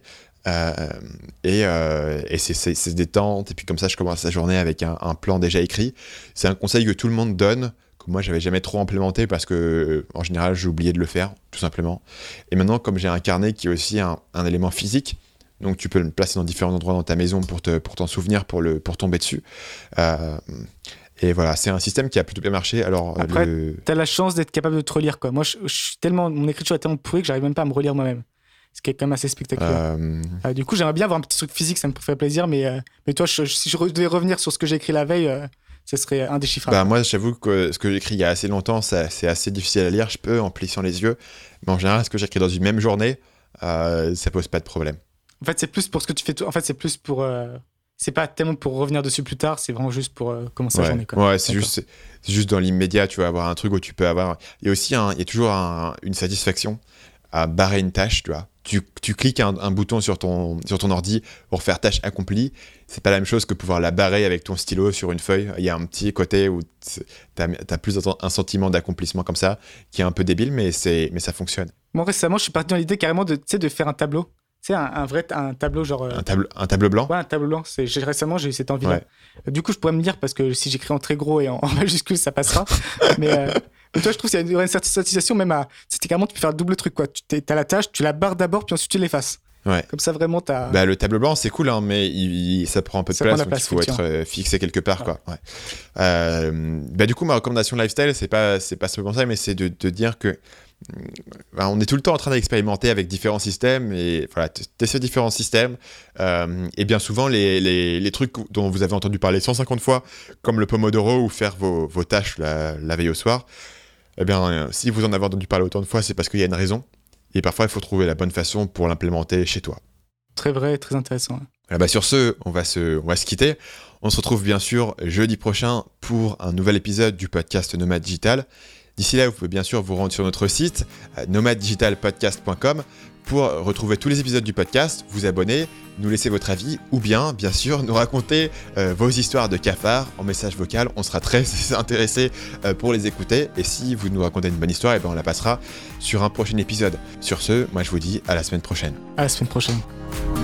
et c'est détente, et puis comme ça je commence la journée avec un plan déjà écrit. C'est un conseil que tout le monde donne, que moi j'avais jamais trop implémenté parce que en général j'ai oublié de le faire tout simplement, et maintenant comme j'ai un carnet qui est aussi un élément physique, donc tu peux le placer dans différents endroits dans ta maison pour t'en souvenir, pour tomber dessus, et voilà, c'est un système qui a plutôt bien marché. Alors après t'as la chance d'être capable de te relire, quoi. Moi mon écriture est tellement pourrie que j'arrive même pas à me relire moi-même, ce qui est quand même assez spectaculaire. Du coup j'aimerais bien avoir un petit truc physique, ça me ferait plaisir, mais toi si je devais revenir sur ce que j'ai écrit la veille, ce serait indéchiffrable. Moi, j'avoue que ce que j'écris il y a assez longtemps, c'est assez difficile à lire. Je peux en plissant les yeux, mais en général, ce que j'écris dans une même journée, ça pose pas de problème. En fait, c'est plus pour ce que tu fais. En fait, c'est plus pour. C'est pas tellement pour revenir dessus plus tard. C'est vraiment juste pour commencer la journée, quoi. Ouais, c'est juste dans l'immédiat. Tu vas avoir un truc où tu peux avoir. Il y a aussi il y a toujours une satisfaction à barrer une tâche, tu vois. Tu cliques un bouton sur ton ordi pour faire tâche accomplie. C'est pas la même chose que pouvoir la barrer avec ton stylo sur une feuille. Il y a un petit côté où t'as plus un sentiment d'accomplissement comme ça, qui est un peu débile, mais ça fonctionne. Moi, récemment, je suis parti dans l'idée carrément de faire un tableau. Tu sais, un tableau genre... Un tableau blanc ? Ouais, un tableau blanc. Récemment, j'ai eu cette envie-là. Ouais. Du coup, je pourrais me dire, parce que si j'écris en très gros et en majuscule, ça passera. mais toi, je trouve qu'il y a une certaine satisfaction même à... C'était carrément, tu peux faire le double truc, quoi. T'as la tâche, tu la barres d'abord, puis ensuite tu l'effaces. Ouais. Comme ça, vraiment, t'as... le tableau blanc, c'est cool, hein, mais ça prend un peu de place, donc il faut être fixé quelque part, quoi. Ouais. Du coup, ma recommandation lifestyle, c'est pas seulement ça, mais c'est de dire que on est tout le temps en train d'expérimenter avec différents systèmes, et voilà, tester différents systèmes, et bien souvent les trucs dont vous avez entendu parler 150 fois, comme le Pomodoro ou faire vos tâches la veille au soir, si vous en avez entendu parler autant de fois, c'est parce qu'il y a une raison, et parfois il faut trouver la bonne façon pour l'implémenter chez toi. Très vrai, très intéressant. Sur ce, on va se quitter. On se retrouve bien sûr jeudi prochain pour un nouvel épisode du podcast Nomade Digital. D'ici là, vous pouvez bien sûr vous rendre sur notre site nomadedigitalpodcast.com pour retrouver tous les épisodes du podcast, vous abonner, nous laisser votre avis, ou bien sûr nous raconter vos histoires de cafards en message vocal. On sera très intéressés pour les écouter, et si vous nous racontez une bonne histoire, on la passera sur un prochain épisode. Sur ce, moi je vous dis à la semaine prochaine. À la semaine prochaine.